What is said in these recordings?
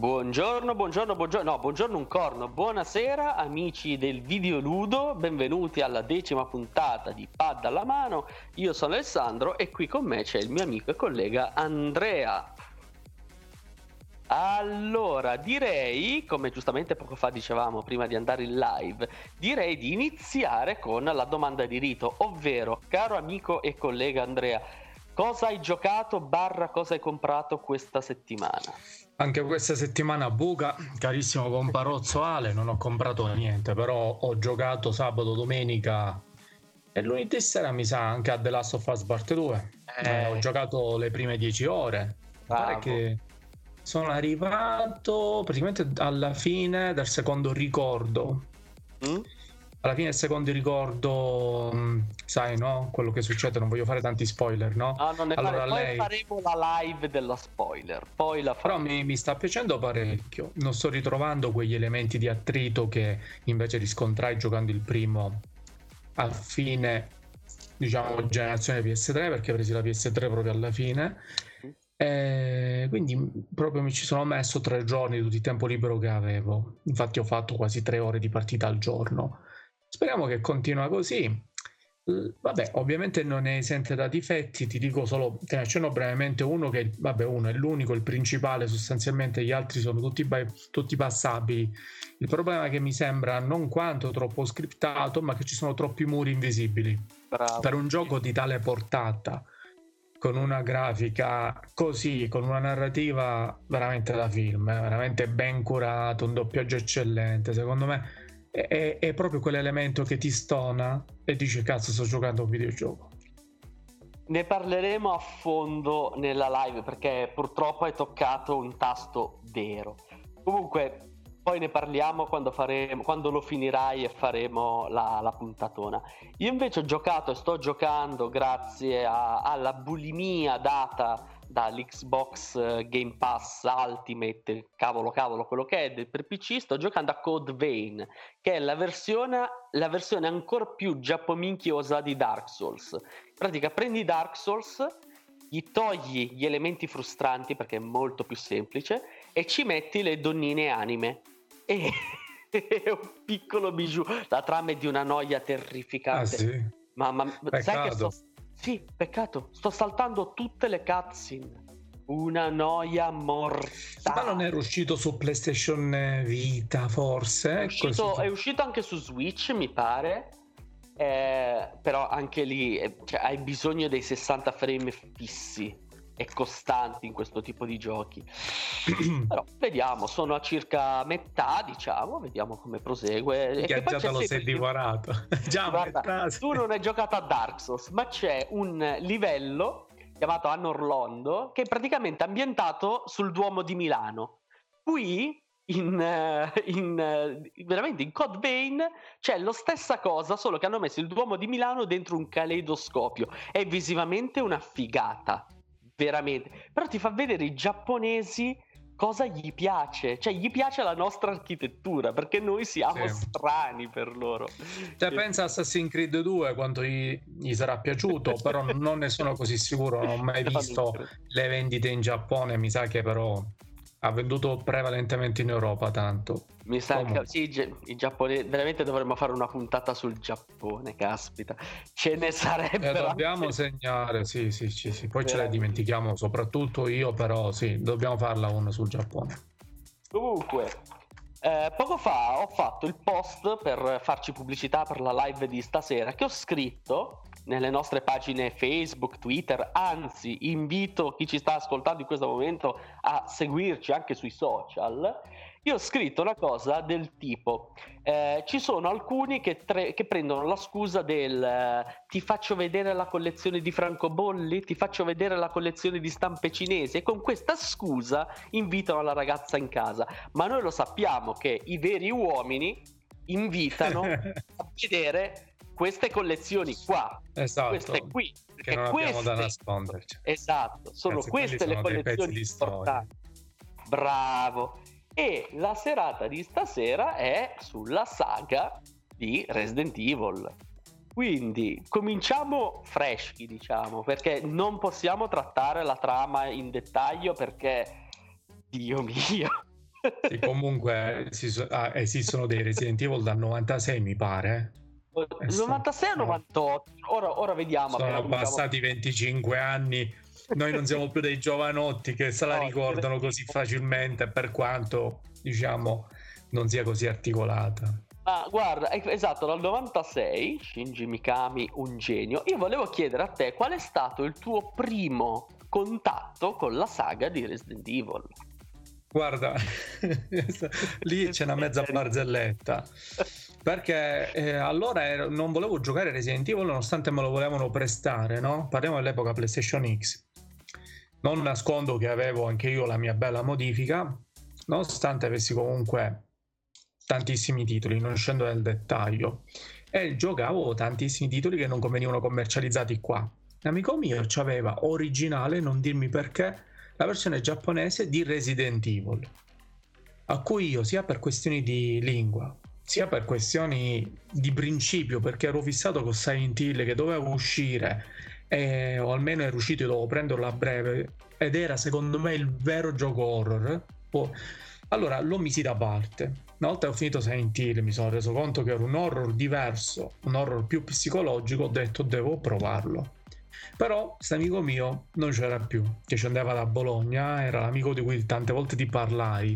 Buongiorno, buongiorno, buongiorno, no, buongiorno un corno, buonasera amici del videoludo, benvenuti alla 10ª puntata di Pad alla mano. Io sono Alessandro e qui con me c'è il mio amico e collega Andrea. Allora, direi, come giustamente poco fa dicevamo prima di andare in live, direi di iniziare con la domanda di rito, ovvero, caro amico e collega Andrea, cosa hai giocato / cosa hai comprato questa settimana? Anche questa settimana buca, carissimo comparozzo Ale, non ho comprato niente, però ho giocato sabato, domenica e lunedì sera mi sa anche a The Last of Us Part 2. Ho giocato le prime 10 ore. Pare che sono arrivato praticamente alla fine del secondo ricordo. Alla fine del secondo ricordo, sai, no? Quello che succede, non voglio fare tanti spoiler, no? No, non ne allora poi faremo la live della spoiler, poi la però mi sta piacendo parecchio. Non sto ritrovando quegli elementi di attrito che invece riscontrai giocando il primo a fine, diciamo, generazione PS3, perché ho preso la PS3 proprio alla fine. Quindi proprio mi ci sono messo 3 giorni di tutto il tempo libero che avevo. Infatti ho fatto quasi 3 ore di partita al giorno. Speriamo che continua così. Vabbè, ovviamente non è esente da difetti, ti dico solo, te ne accenno brevemente uno che, vabbè, uno è l'unico, il principale, sostanzialmente gli altri sono tutti passabili. Il problema è che mi sembra non quanto troppo scriptato, ma che ci sono troppi muri invisibili. Bravo. Per un gioco di tale portata, con una grafica così, con una narrativa veramente da film, veramente ben curato, un doppiaggio eccellente, secondo me è proprio quell'elemento che ti stona e dici cazzo, sto giocando a un videogioco. Ne parleremo a fondo nella live perché purtroppo hai toccato un tasto vero. Comunque poi ne parliamo quando lo finirai e faremo la puntatona. Io invece ho giocato e sto giocando grazie alla bulimia data dall'Xbox Game Pass Ultimate, cavolo quello che è per PC. Sto giocando a Code Vein, che è la versione ancora più giappominchiosa di Dark Souls. In pratica prendi Dark Souls, gli togli gli elementi frustranti perché è molto più semplice e ci metti le donnine anime e è un piccolo bijou. La trama è di una noia terrificante. Sì? Ma sai che Sì, peccato, sto saltando tutte le cutscene. Una noia mortale. ma non era uscito su PlayStation Vita, forse? È uscito anche su Switch, mi pare. Però anche lì hai bisogno dei 60 frame fissi e costanti in questo tipo di giochi. Però vediamo, sono a circa metà, diciamo, vediamo come prosegue. Che già te lo sei divorato. Già, guarda, tu non hai giocato a Dark Souls, ma c'è un livello chiamato Anor Londo che è praticamente ambientato sul Duomo di Milano. Qui veramente in Code Vein c'è la stessa cosa, solo che hanno messo il Duomo di Milano dentro un caleidoscopio. È visivamente una figata, veramente. Però ti fa vedere i giapponesi cosa gli piace, cioè gli piace la nostra architettura, perché noi siamo strani per loro. Cioè, pensa a Assassin's Creed 2 quanto gli sarà piaciuto, però non ne sono così sicuro, non ho mai visto le vendite in Giappone, mi sa che però ha venduto prevalentemente in Europa tanto. Mi sa che sì, i giapponesi, veramente dovremmo fare una puntata sul Giappone, caspita, ce ne sarebbe. Dobbiamo segnare, sì. Poi ce la dimentichiamo, soprattutto io, però sì, dobbiamo farla una sul Giappone. Comunque, poco fa ho fatto il post per farci pubblicità per la live di stasera, che ho scritto nelle nostre pagine Facebook, Twitter, anzi invito chi ci sta ascoltando in questo momento a seguirci anche sui social. Io ho scritto una cosa del tipo ci sono alcuni che prendono la scusa del ti faccio vedere la collezione di francobolli, ti faccio vedere la collezione di stampe cinesi, e con questa scusa invitano la ragazza in casa, ma noi lo sappiamo che i veri uomini invitano a vedere queste collezioni qua, esatto, queste qui, che non abbiamo da nasconderci. Esatto, sono queste le collezioni importanti. Bravo. E la serata di stasera è sulla saga di Resident Evil. Quindi cominciamo freschi, diciamo, perché non possiamo trattare la trama in dettaglio perché, Dio mio, Sì, comunque esistono dei Resident Evil dal 96, mi pare. 96 o 98? Ora vediamo appena Sono cominciamo. passati 25 anni. Noi non siamo più dei giovanotti che se la ricordano così facilmente, per quanto, diciamo, non sia così articolata. Ah, guarda, esatto, dal 96, Shinji Mikami, un genio. Io volevo chiedere a te qual è stato il tuo primo contatto con la saga di Resident Evil. Guarda, lì c'è una mezza barzelletta, perché allora non volevo giocare Resident Evil nonostante me lo volevano prestare, no? Parliamo dell'epoca PlayStation X. Non nascondo che avevo anche io la mia bella modifica, nonostante avessi comunque tantissimi titoli, non scendo nel dettaglio, e giocavo tantissimi titoli che non venivano commercializzati qua. Un amico mio c'aveva originale, non dirmi perché, la versione giapponese di Resident Evil, a cui io, sia per questioni di lingua sia per questioni di principio, perché ero fissato con Silent Hill che doveva uscire, o almeno ero uscito e dovevo prenderlo a breve, ed era secondo me il vero gioco horror. Allora lo misi da parte. Una volta che ho finito Silent Hill mi sono reso conto che era un horror diverso, un horror più psicologico. Ho detto devo provarlo. Però questo amico mio non c'era più, che ci andava da Bologna, era l'amico di cui tante volte ti parlai,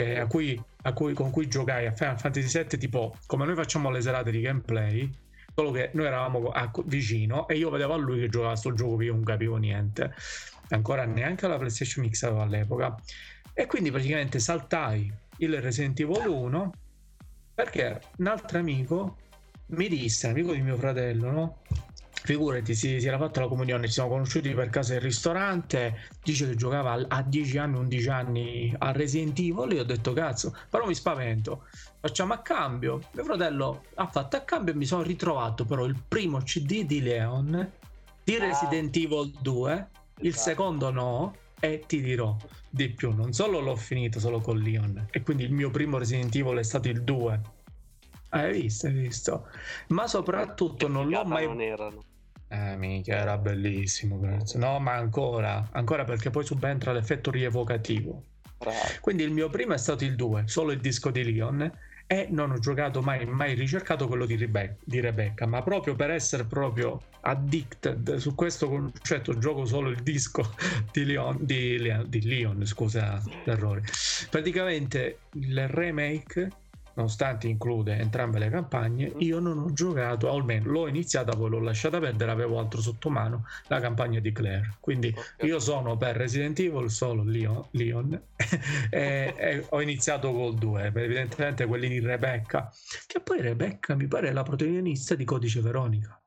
con cui giocai a Final Fantasy VII, tipo come noi facciamo le serate di gameplay, solo che noi eravamo vicino e io vedevo a lui che giocava sto gioco che io non capivo niente, ancora neanche la PlayStation X avevo all'epoca, e quindi praticamente saltai il Resident Evil 1 perché un altro amico mi disse, amico di mio fratello, no? Figurati, si era fatta la comunione, ci siamo conosciuti per caso al ristorante, dice che giocava a 10 anni, 11 anni a Resident Evil. Io ho detto cazzo, però mi spavento, facciamo a cambio. Mio fratello ha fatto a cambio e mi sono ritrovato però il primo CD di Leon di Resident Evil 2, il secondo no, e ti dirò di più, non solo l'ho finito solo con Leon, e quindi il mio primo Resident Evil è stato il 2. Hai visto, ma soprattutto non l'ho mai... Non erano. Mica era bellissimo, no, ma ancora perché poi subentra l'effetto rievocativo. Bravo. Quindi il mio primo è stato il 2, solo il disco di Leon, e non ho giocato mai ricercato quello di Rebecca, ma proprio per essere proprio addicted su questo concetto gioco solo il disco di Leon, scusa l'errore. Praticamente il remake, nonostante include entrambe le campagne, io non ho giocato, o almeno l'ho iniziata, poi l'ho lasciata perdere, avevo altro sotto mano, la campagna di Claire. Quindi io sono per Resident Evil solo Leon e ho iniziato col 2, evidentemente quelli di Rebecca, che poi Rebecca mi pare è la protagonista di Codice Veronica.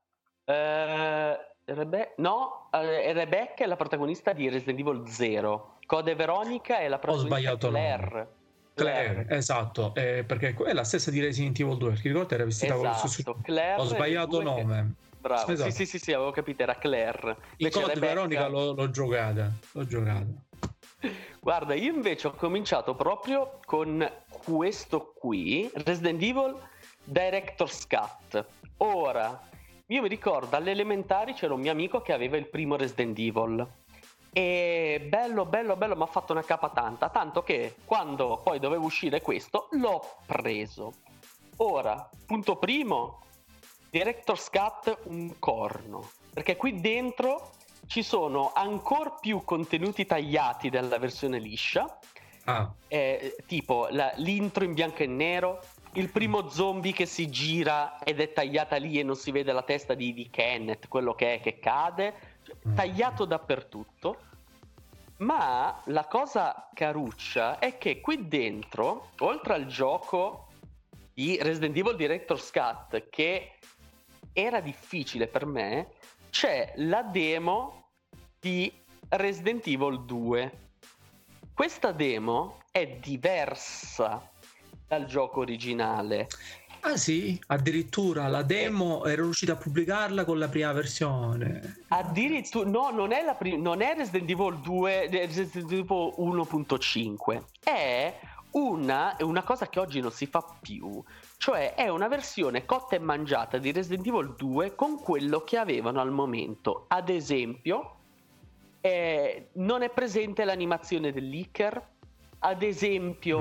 Rebecca è la protagonista di Resident Evil 0. Code Veronica è la protagonista di Claire, esatto, perché è la stessa di Resident Evil 2, ti ricordi? Era vestita con lo stesso... Claire, ho sbagliato nome. Bravo, esatto. sì, avevo capito, era Claire. Il Code Rebecca... Veronica l'ho giocata. Guarda, io invece ho cominciato proprio con questo qui, Resident Evil Director's Cut. Ora, io mi ricordo alle elementari c'era un mio amico che aveva il primo Resident Evil. E bello, mi ha fatto una capa tanto che quando poi dovevo uscire questo l'ho preso. Ora, punto primo, Director's Cut un corno, perché qui dentro ci sono ancora più contenuti tagliati della versione liscia, tipo l'intro in bianco e nero, il primo zombie che si gira ed è tagliata lì e non si vede la testa di Kenneth, quello che cade, tagliato dappertutto. Ma la cosa caruccia è che qui dentro, oltre al gioco di Resident Evil Director's Cut, che era difficile per me, c'è la demo di Resident Evil 2. Questa demo è diversa dal gioco originale. Ah sì? Addirittura la demo era riuscita a pubblicarla con la prima versione. Addirittura no, non è Resident Evil 2, Resident Evil 1.5. È una cosa che oggi non si fa più. Cioè è una versione cotta e mangiata di Resident Evil 2 con quello che avevano al momento. Ad esempio, non è presente l'animazione del leaker. Ad esempio,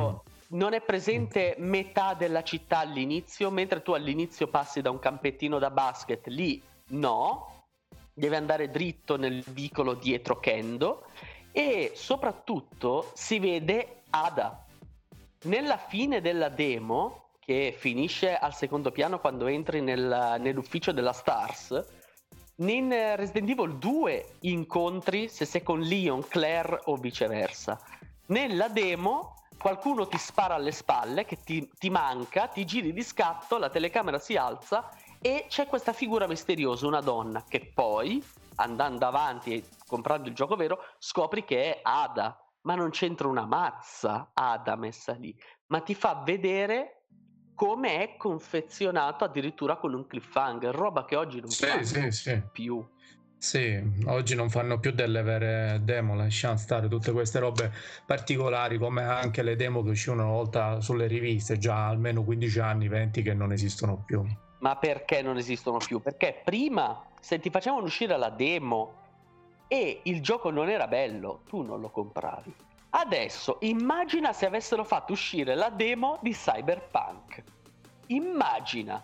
non è presente metà della città all'inizio, mentre tu all'inizio passi da un campettino da basket, lì no, devi andare dritto nel vicolo dietro Kendo, e soprattutto si vede Ada. Nella fine della demo, che finisce al secondo piano quando entri nell'ufficio della Stars, in Resident Evil 2 incontri se sei con Leon, Claire o viceversa. Nella demo qualcuno ti spara alle spalle, che ti manca, ti giri di scatto, la telecamera si alza e c'è questa figura misteriosa, una donna, che poi, andando avanti e comprando il gioco vero, scopri che è Ada, ma non c'entra una mazza Ada messa lì, ma ti fa vedere come è confezionato addirittura con un cliffhanger, roba che oggi non fanno più. Sì, oggi non fanno più delle vere demo, lasciamo stare tutte queste robe particolari, come anche le demo che uscivano una volta sulle riviste, già almeno 15 anni, 20 che non esistono più. Ma perché non esistono più? Perché prima, se ti facevano uscire la demo e il gioco non era bello, tu non lo compravi. Adesso immagina se avessero fatto uscire la demo di Cyberpunk. Immagina.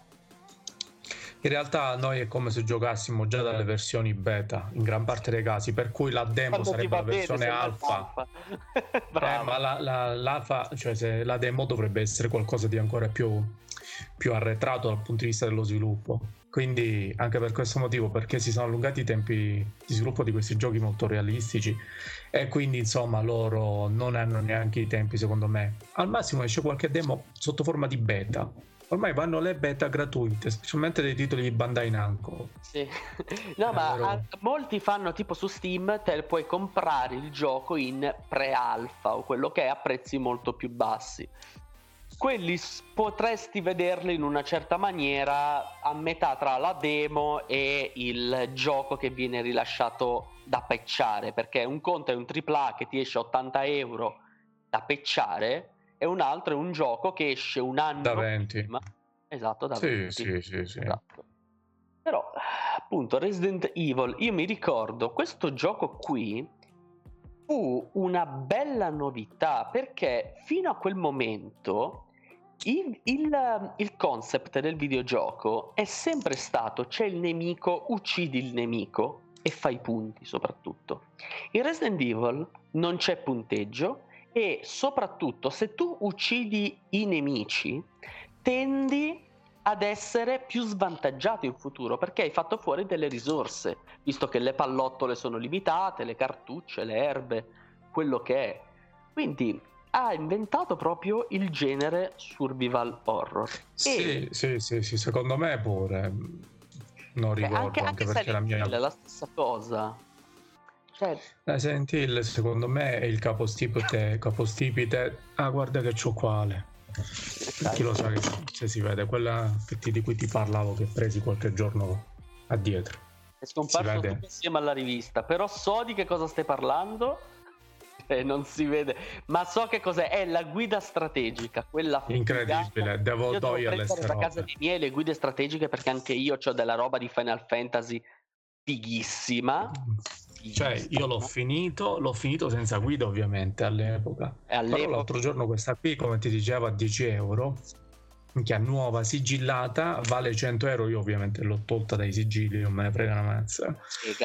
In realtà noi è come se giocassimo già dalle versioni beta, in gran parte dei casi, per cui la demo Quando sarebbe la versione alfa. Ma l'alfa, cioè se la demo dovrebbe essere qualcosa di ancora più arretrato dal punto di vista dello sviluppo. Quindi anche per questo motivo, perché si sono allungati i tempi di sviluppo di questi giochi molto realistici, e quindi insomma loro non hanno neanche i tempi, secondo me. Al massimo esce qualche demo sotto forma di beta. Ormai vanno le beta gratuite, specialmente dei titoli di Bandai Namco. Sì. No, ma molti fanno tipo su Steam, te puoi comprare il gioco in pre-alpha o quello che è, a prezzi molto più bassi. Quelli potresti vederli in una certa maniera a metà tra la demo e il gioco che viene rilasciato da patchare, perché un conto è un AAA che ti esce 80 euro da patchare, e un altro è un gioco che esce un anno da 20 prima. Esatto, da 20. Sì. Esatto. Però appunto Resident Evil, io mi ricordo questo gioco qui fu una bella novità, perché fino a quel momento il concept del videogioco è sempre stato: c'è il nemico, uccidi il nemico e fai punti. Soprattutto in Resident Evil non c'è punteggio, e soprattutto se tu uccidi i nemici tendi ad essere più svantaggiato in futuro, perché hai fatto fuori delle risorse, visto che le pallottole sono limitate, le cartucce, le erbe, quello che è. Quindi ha inventato proprio il genere survival horror. Sì, secondo me pure. Non ricordo, anche perché la mia è la stessa cosa. Cioè, Silent Hill secondo me è il capostipite. Guarda che c'ho quale. Chi lo sa che se si vede quella di cui ti parlavo, che presi qualche giorno addietro. È scomparso tutto insieme alla rivista, però so di che cosa stai parlando. Non si vede, ma so che cos'è. È la guida strategica, quella incredibile. Devo prendere da casa dei miei le guide strategiche, perché anche io ho della roba di Final Fantasy fighissima. Cioè io l'ho finito senza guida, ovviamente, all'epoca. Però l'altro giorno questa qui, come ti dicevo, a 10 euro, che è nuova, sigillata, vale 100 euro. Io ovviamente l'ho tolta dai sigilli, non me ne frega una mazza.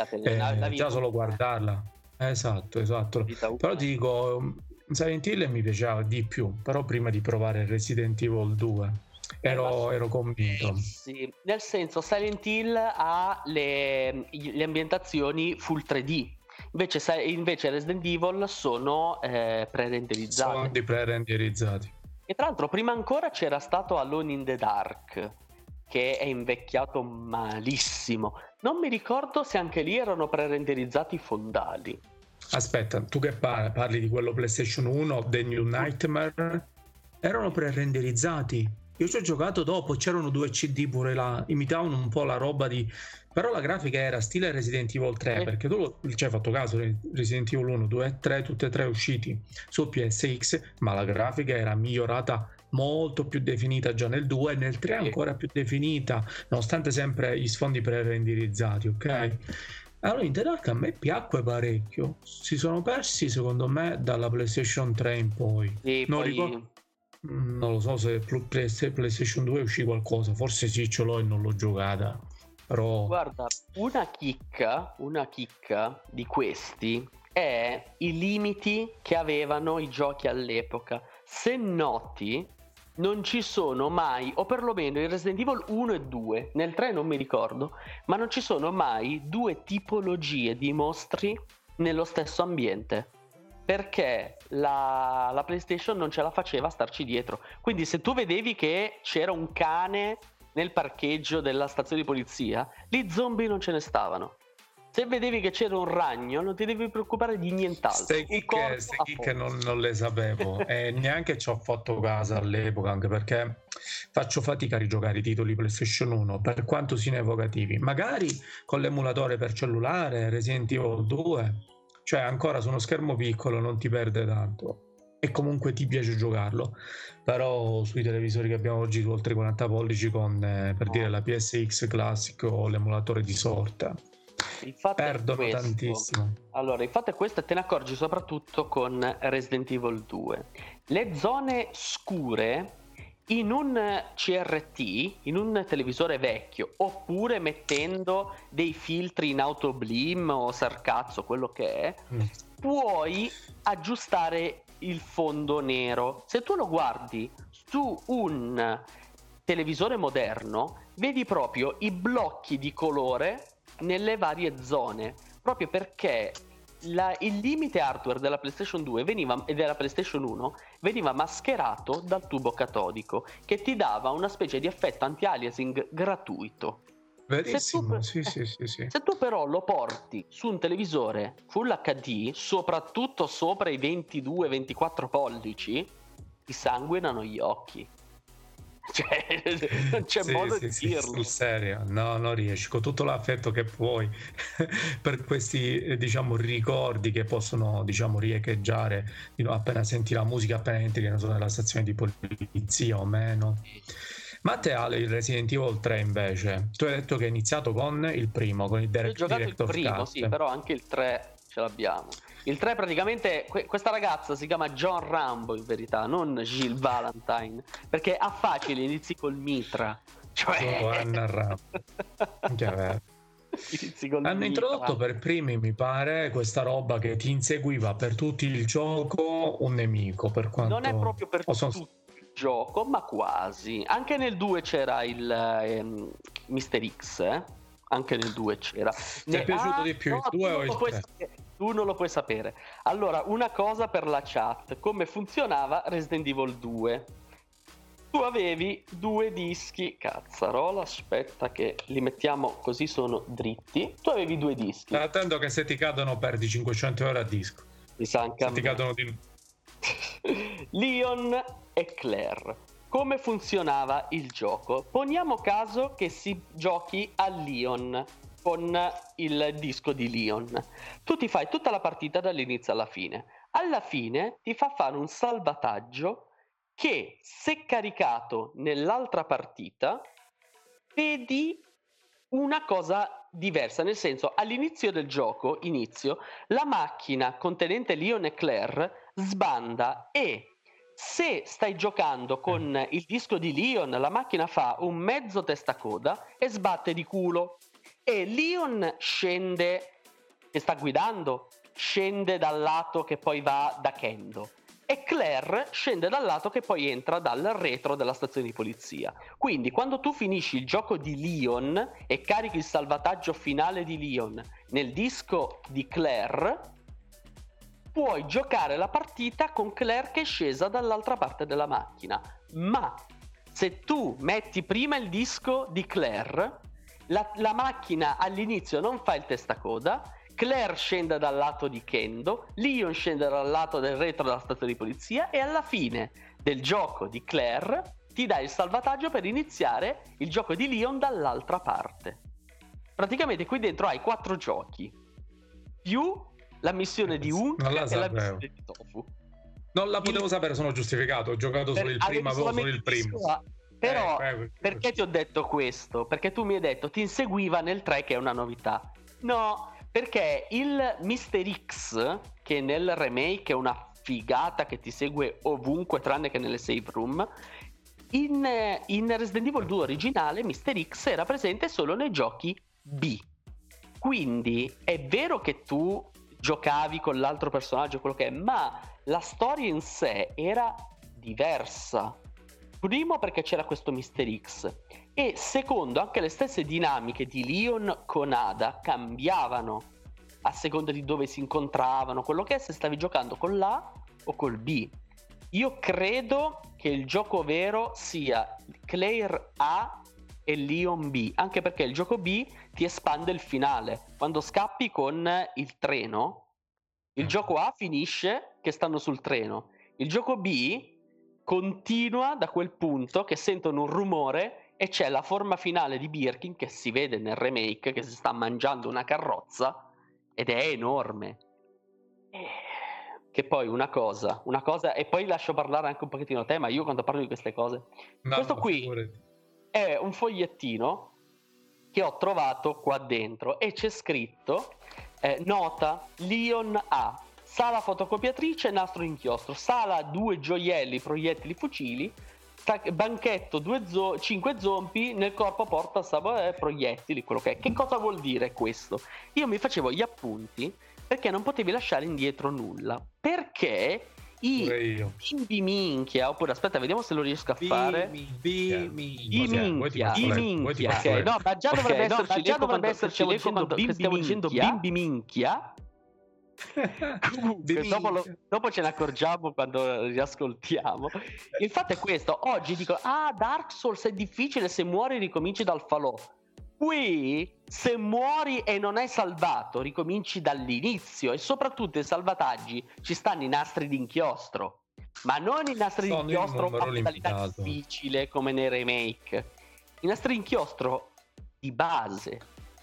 Già solo guardarla. Esatto. Però ti dico, Silent Hill mi piaceva di più, però prima di provare Resident Evil 2 ero convinto. Sì, nel senso, Silent Hill ha le ambientazioni full 3D, invece Resident Evil sono pre-renderizzati. Sono di pre-renderizzati. E tra l'altro prima ancora c'era stato Alone in the Dark, che è invecchiato malissimo. Non mi ricordo se anche lì erano pre-renderizzati i fondali. Aspetta, tu che parli di quello PlayStation 1, The New Nightmare? Erano pre-renderizzati. Io ci ho giocato dopo, c'erano 2 CD pure là, imitavano un po' la roba di... Però la grafica era stile Resident Evil 3, perché tu ci hai fatto caso, Resident Evil 1, 2 e 3, tutte e tre usciti su PSX, ma la grafica era migliorata, molto più definita già nel 2, e nel 3 ancora più definita, nonostante sempre gli sfondi pre-renderizzati, ok? Allora in The Dark a me piacque parecchio, si sono persi secondo me dalla PlayStation 3 in poi. Sì, non poi... ricordo. Non lo so se PlayStation 2 uscì qualcosa, forse sì, ce l'ho e non l'ho giocata, però Guarda, una chicca di questi è i limiti che avevano i giochi all'epoca. Se noti, non ci sono mai, o perlomeno in Resident Evil 1 e 2, nel 3 non mi ricordo, ma non ci sono mai due tipologie di mostri nello stesso ambiente. Perché la PlayStation non ce la faceva a starci dietro. Quindi se tu vedevi che c'era un cane nel parcheggio della stazione di polizia, lì zombie non ce ne stavano. Se vedevi che c'era un ragno, non ti devi preoccupare di nient'altro. ste chicche non le sapevo e neanche ci ho fatto caso all'epoca, anche perché faccio fatica a rigiocare i titoli PlayStation 1 per quanto siano evocativi. Magari con l'emulatore per cellulare, Resident Evil 2, cioè ancora su uno schermo piccolo non ti perde tanto e comunque ti piace giocarlo, però sui televisori che abbiamo oggi su oltre 40 pollici con per dire la PSX Classic o l'emulatore di sorta, Il fatto perdono è questo. tantissimo. Allora, il fatto è questo, e te ne accorgi soprattutto con Resident Evil 2. Le zone scure in un CRT, in un televisore vecchio, oppure mettendo dei filtri in autoblim o sarcazzo, quello che è, puoi aggiustare il fondo nero. Se tu lo guardi su un televisore moderno, vedi proprio i blocchi di colore nelle varie zone, proprio perché il limite hardware della PlayStation 2 e della PlayStation 1 veniva mascherato dal tubo catodico, che ti dava una specie di effetto anti-aliasing gratuito. Verissimo, Se sì. se tu però lo porti su un televisore Full HD, soprattutto sopra i 22-24 pollici, ti sanguinano gli occhi. Cioè, non c'è modo di dirlo. Sul serio, no, non riesci, con tutto l'affetto che puoi per questi diciamo ricordi che possono diciamo riecheggiare appena senti la musica, appena entri nella stazione di polizia o meno. Ma te Ale, il Resident Evil 3 invece, tu hai detto che hai iniziato con il primo, con il Ho giocato il Director's primo, Cut. sì, però anche il 3 ce l'abbiamo. Il 3 praticamente, questa ragazza si chiama John Rambo in verità, non Jill Valentine, perché ha facile, inizi col mitra. Cioè... Anna Rambo. Hanno introdotto per primi, mi pare, questa roba che ti inseguiva per tutto il gioco un nemico, per quanto... Non è proprio per tutto il gioco, ma quasi. Anche nel 2 c'era il Mr. X, anche nel 2 c'era. Ti è piaciuto di più il 2 o il 3? Tu non lo puoi sapere. Allora, una cosa per la chat: come funzionava Resident Evil 2? Tu avevi due dischi, cazzarola, aspetta che li mettiamo così sono dritti. Tu avevi due dischi. Attendo che se ti cadono perdi 500 euro a disco. Mi sa anche se ti cadono di... Leon e Claire. Come funzionava il gioco? Poniamo caso che si giochi a Leon con il disco di Leon. Tu ti fai tutta la partita dall'inizio alla fine. Alla fine ti fa fare un salvataggio che, se caricato nell'altra partita, vedi una cosa diversa, nel senso, all'inizio del gioco, la macchina contenente Leon e Claire sbanda e se stai giocando con il disco di Leon, la macchina fa un mezzo testacoda e sbatte di culo e Leon scende, che sta guidando, scende dal lato che poi va da Kendo e Claire scende dal lato che poi entra dal retro della stazione di polizia. Quindi quando tu finisci il gioco di Leon e carichi il salvataggio finale di Leon nel disco di Claire, puoi giocare la partita con Claire che è scesa dall'altra parte della macchina. Ma se tu metti prima il disco di Claire, la macchina all'inizio non fa il testacoda, Claire scende dal lato di Kendo, Leon scende dal lato del retro della stazione di polizia e alla fine del gioco di Claire ti dà il salvataggio per iniziare il gioco di Leon dall'altra parte. Praticamente qui dentro hai 4 giochi più la missione di Hunk e la missione di Tofu. Non la potevo sapere, sono giustificato, ho giocato solo il primo, avevo solo il primo. Però perché ti ho detto questo? Perché tu mi hai detto ti inseguiva nel 3 che è una novità. No, perché il Mr. X, che nel remake è una figata che ti segue ovunque tranne che nelle save room. In Resident Evil 2 originale Mr. X era presente solo nei giochi B. Quindi è vero che tu giocavi con l'altro personaggio, quello che è, ma la storia in sé era diversa. Primo perché c'era questo Mr. X, e secondo anche le stesse dinamiche di Leon con Ada cambiavano a seconda di dove si incontravano, quello che è, se stavi giocando con l'A o col B. Io credo che il gioco vero sia Claire A e Leon B, anche perché il gioco B ti espande il finale. Quando scappi con il treno, il gioco A finisce che stanno sul treno, il gioco B continua da quel punto che sentono un rumore e c'è la forma finale di Birkin che si vede nel remake, che si sta mangiando una carrozza ed è enorme. Che poi una cosa, e poi lascio parlare anche un pochettino te, ma io quando parlo di queste cose, questo qui è un fogliettino che ho trovato qua dentro e c'è scritto nota Leon A, sala fotocopiatrice, nastro inchiostro, sala 2 gioielli, proiettili, fucili, banchetto 5 zombie, nel corpo porta proiettili, quello che è. Che cosa vuol dire questo? Io mi facevo gli appunti perché non potevi lasciare indietro nulla, perché i bimbi minchia, oppure aspetta, vediamo se lo riesco a fare. I minchia. Ok, no, ma già dovrebbe esserci l'eco quando stiamo dicendo bimbi minchia. Comunque, dopo ce ne accorgiamo quando riascoltiamo. Il fatto è questo: oggi dico Dark Souls è difficile, se muori ricominci dal falò. Qui se muori e non hai salvato ricominci dall'inizio, e soprattutto i salvataggi ci stanno i nastri d'inchiostro, ma non i nastri d'inchiostro a modalità difficile come nei remake, i nastri d'inchiostro di base,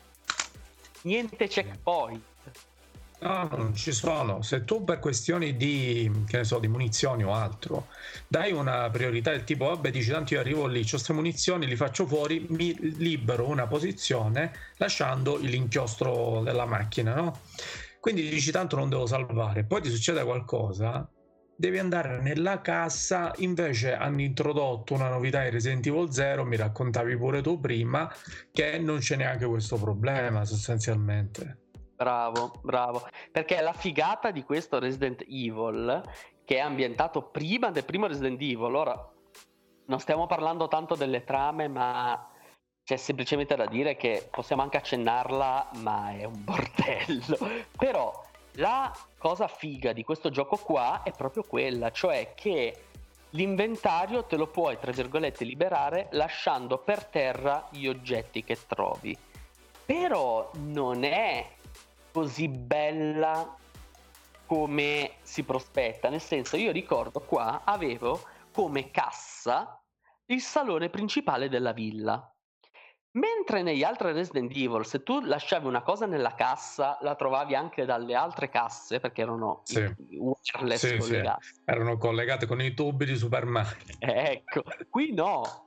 niente checkpoint. No, non ci sono. Se tu per questioni di, che ne so, di munizioni o altro dai una priorità del tipo vabbè, dici tanto io arrivo lì, c'ho queste munizioni, li faccio fuori, mi libero una posizione lasciando l'inchiostro della macchina, no? Quindi dici tanto non devo salvare, poi ti succede qualcosa, devi andare nella cassa. Invece hanno introdotto una novità in Resident Evil 0, mi raccontavi pure tu prima, che non c'è neanche questo problema sostanzialmente. Bravo, perché la figata di questo Resident Evil, che è ambientato prima del primo Resident Evil, ora non stiamo parlando tanto delle trame, ma c'è semplicemente da dire che possiamo anche accennarla, ma è un bordello. Però la cosa figa di questo gioco qua è proprio quella, cioè che l'inventario te lo puoi, tra virgolette, liberare lasciando per terra gli oggetti che trovi. Però non è così bella come si prospetta, nel senso, io ricordo qua avevo come cassa il salone principale della villa, mentre negli altri Resident Evil se tu lasciavi una cosa nella cassa la trovavi anche dalle altre casse, perché erano wireless collegate. Erano collegate con i tubi di Super Mario. Ecco, qui no.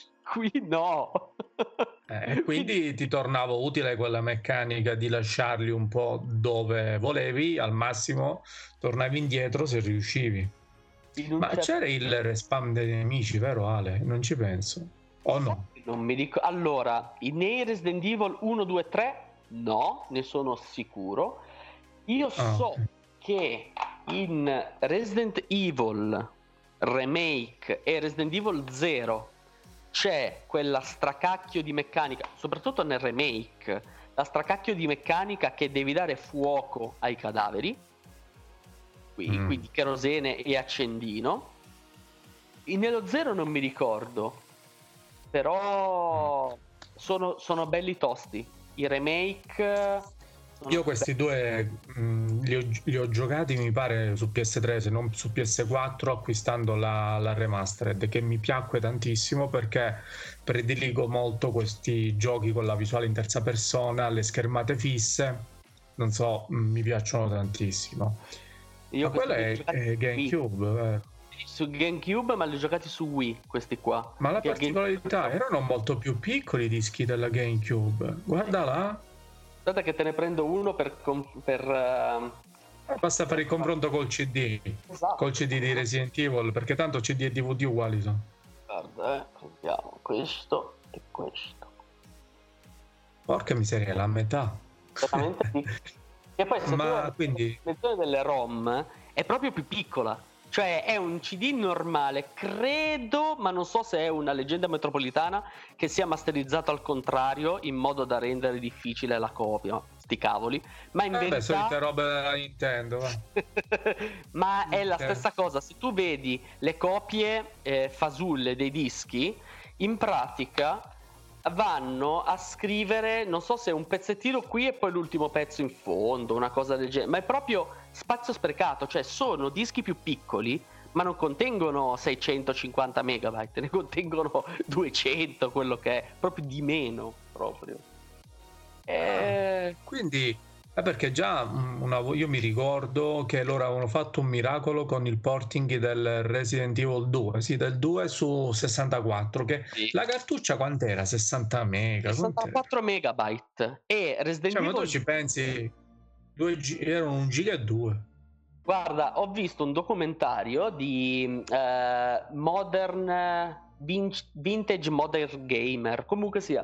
Quindi ti tornava utile quella meccanica di lasciarli un po' dove volevi, al massimo tornavi indietro se riuscivi. Ma c'era il respawn dei nemici, vero Ale? Non ci penso. O no? Non mi dico. Allora, nei Resident Evil 1, 2, 3 no, ne sono sicuro. Io so che in Resident Evil Remake e Resident Evil 0 c'è quella stracacchio di meccanica, soprattutto nel remake, la stracacchio di meccanica che devi dare fuoco ai cadaveri, quindi kerosene e accendino. Nello 0 non mi ricordo, però sono belli tosti i remake. Io questi due li ho giocati, mi pare, su PS3, se non su PS4, acquistando la remastered, che mi piacque tantissimo perché prediligo molto questi giochi con la visuale in terza persona, le schermate fisse, non so, mi piacciono tantissimo. Ma quello è GameCube, vero? Su GameCube, ma li ho giocati su Wii questi qua. Ma la particolarità erano molto più piccoli i dischi della GameCube, guarda là. Aspetta che te ne prendo uno per Basta fare il confronto col CD, esatto, col CD di Resident Evil, perché tanto CD e DVD uguali sono. Guarda, prendiamo questo e questo. Porca miseria, la metà. Veramente e poi se Ma tu quindi la dimensione delle ROM è proprio più piccola, cioè è un CD normale, credo, ma non so se è una leggenda metropolitana, che sia masterizzato al contrario in modo da rendere difficile la copia, sti cavoli, ma in verità solite robe della Nintendo, va. ma è la stessa cosa. Se tu vedi le copie fasulle dei dischi, in pratica vanno a scrivere, non so se un pezzettino qui e poi l'ultimo pezzo in fondo, una cosa del genere, ma è proprio spazio sprecato, cioè sono dischi più piccoli ma non contengono 650 megabyte, ne contengono 200, quello che è, proprio di meno proprio. Quindi perché già io mi ricordo che loro avevano fatto un miracolo con il porting del Resident Evil 2, sì, del 2 su 64, che Sì. la cartuccia quant'era? 60 mega? 64 megabyte e Resident Cioè, Evil, ma tu ci pensi, erano 1 giga e 2. guarda, ho visto un documentario di Vintage Modern Gamer, comunque sia,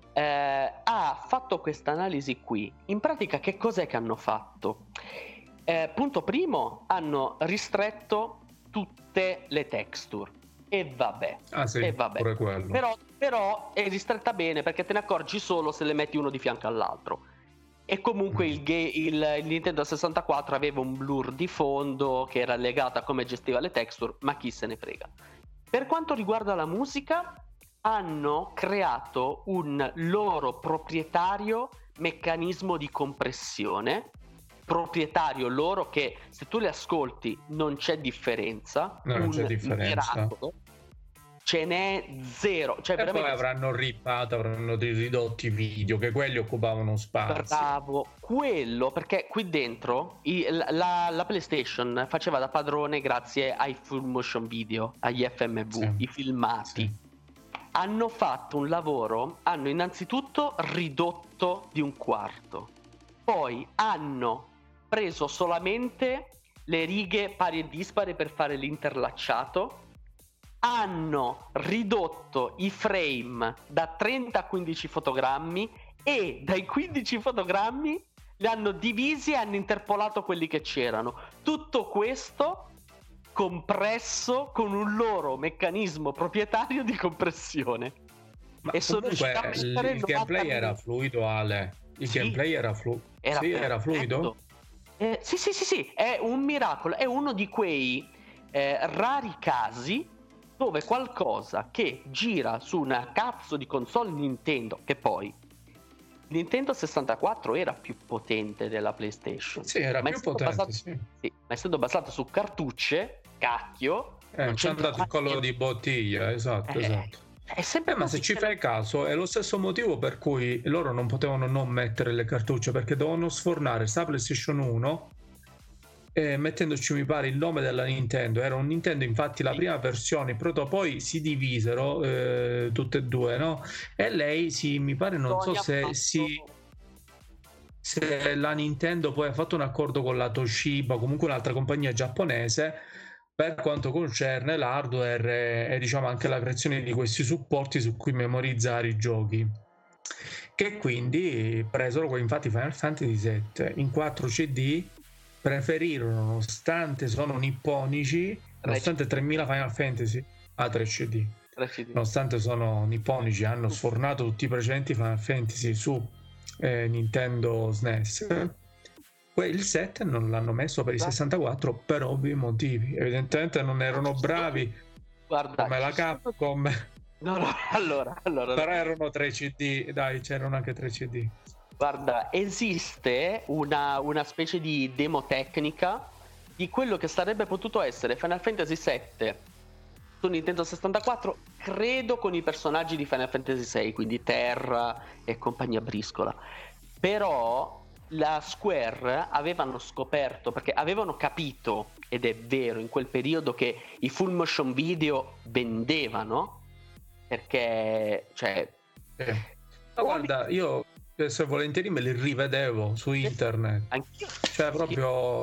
ha fatto questa analisi qui. In pratica che cos'è che hanno fatto? Punto primo, hanno ristretto tutte le texture e vabbè, Pure quello. però è ristretta bene perché te ne accorgi solo se le metti uno di fianco all'altro. E comunque il Nintendo 64 aveva un blur di fondo che era legato a come gestiva le texture, ma chi se ne frega. Per quanto riguarda la musica, hanno creato un loro proprietario meccanismo di compressione, proprietario loro, che se tu le ascolti non c'è differenza, non c'è differenza. Miracolo. Ce n'è zero, cioè e veramente... poi avranno rippato, avranno ridotti i video, che quelli occupavano spazio. Bravo, quello, perché qui dentro la PlayStation faceva da padrone grazie ai full motion video, agli FMV, Sì. i filmati. Sì. Hanno fatto un lavoro, hanno innanzitutto ridotto di un quarto, poi hanno preso solamente le righe pari e dispari per fare l'interlacciato, hanno ridotto i frame da 30 a 15 fotogrammi e dai 15 fotogrammi li hanno divisi e hanno interpolato quelli che c'erano. Tutto questo compresso con un loro meccanismo proprietario di compressione. Ma e sono comunque il gameplay era fluido, Ale. Il gameplay era fluido. Era fluido? Sì, è un miracolo. È uno di quei rari casi dove qualcosa che gira su una cazzo di console Nintendo, che poi Nintendo 64 era più potente della PlayStation. Sì, era più potente, sì, ma essendo basato su cartucce, cacchio, c'è andato il collo di bottiglia, esatto. È sempre ma se ci fai caso è lo stesso motivo per cui loro non potevano non mettere le cartucce, perché dovevano sfornare sta PlayStation 1 mettendoci, mi pare, il nome della Nintendo. Era un Nintendo, infatti la prima versione, però poi si divisero tutte e due, no? E lei mi pare, non so se la Nintendo poi ha fatto un accordo con la Toshiba, comunque un'altra compagnia giapponese, per quanto concerne l'hardware e diciamo anche la creazione di questi supporti su cui memorizzare i giochi, che quindi presero infatti Final Fantasy VII in 4 CD. Preferirono, nonostante sono nipponici, nonostante 3000 Final Fantasy 3 CD, nonostante sono nipponici, hanno sfornato tutti i precedenti Final Fantasy su Nintendo SNES, il 7 non l'hanno messo per i 64 per ovvi motivi. Evidentemente non erano bravi, guarda, come la Capcom. No, allora però erano 3 CD, dai, c'erano anche 3 CD. Guarda, esiste una specie di demo tecnica di quello che sarebbe potuto essere Final Fantasy VII su Nintendo 64, credo con i personaggi di Final Fantasy VI, quindi Terra e compagnia briscola. Però la Square avevano scoperto, perché avevano capito, ed è vero, in quel periodo, che i full motion video vendevano, perché, cioè... Ma guarda, io se volentieri me li rivedevo su internet. Anch'io. Cioè proprio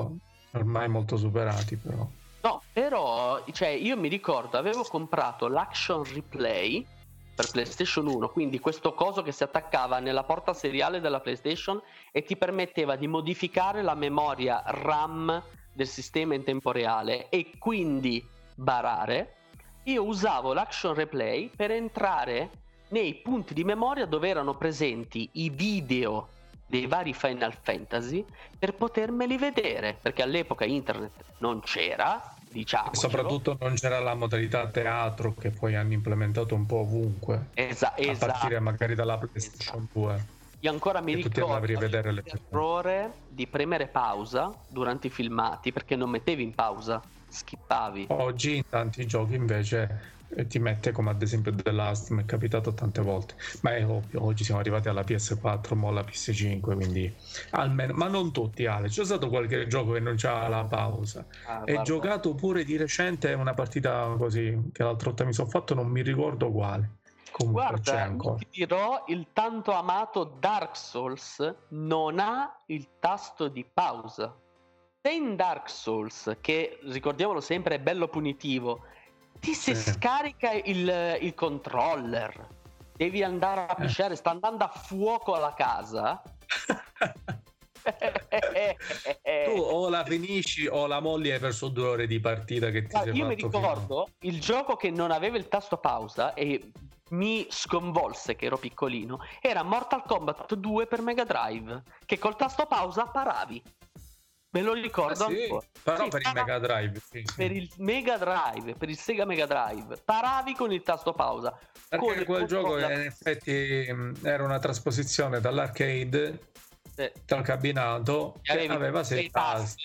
ormai molto superati però. No, però, cioè, io mi ricordo, avevo comprato l'Action Replay per PlayStation 1, quindi questo coso che si attaccava nella porta seriale della PlayStation e ti permetteva di modificare la memoria RAM del sistema in tempo reale e quindi barare. Io usavo l'Action Replay per entrare nei punti di memoria dove erano presenti i video dei vari Final Fantasy per potermeli vedere, perché all'epoca internet non c'era, diciamo. E soprattutto non c'era la modalità teatro che poi hanno implementato un po' ovunque, a partire magari dalla PlayStation 2. Io ancora mi ricordo l'errore di premere pausa durante i filmati perché non mettevi in pausa, skippavi. Oggi in tanti giochi invece ti mette, come ad esempio The Last, mi è capitato tante volte, ma è ovvio, oggi siamo arrivati alla PS4, mo alla PS5, quindi almeno, ma non tutti, Ale, c'è stato qualche gioco che non c'ha la pausa. E giocato pure di recente una partita così che l'altra volta mi sono fatto, non mi ricordo quale. Comunque guarda, c'è ancora. ti dirò, il tanto amato Dark Souls non ha il tasto di pausa. Se in Dark Souls, che ricordiamolo sempre è bello punitivo, ti si scarica il controller, devi andare a pisciare, sta andando a fuoco alla casa. Tu o la finisci o la molli e hai perso 2 ore di partita che ti sei io fatto mi ricordo il gioco che non aveva il tasto pausa e mi sconvolse che ero piccolino, era Mortal Kombat 2 per Mega Drive, che col tasto pausa paravi. Me lo ricordo ancora. Però per il Mega Drive, per il Mega Drive, per il Sega Mega Drive, paravi con il tasto pausa. Perché quel gioco in effetti era una trasposizione dall'arcade dal cabinato che aveva 6 tasti.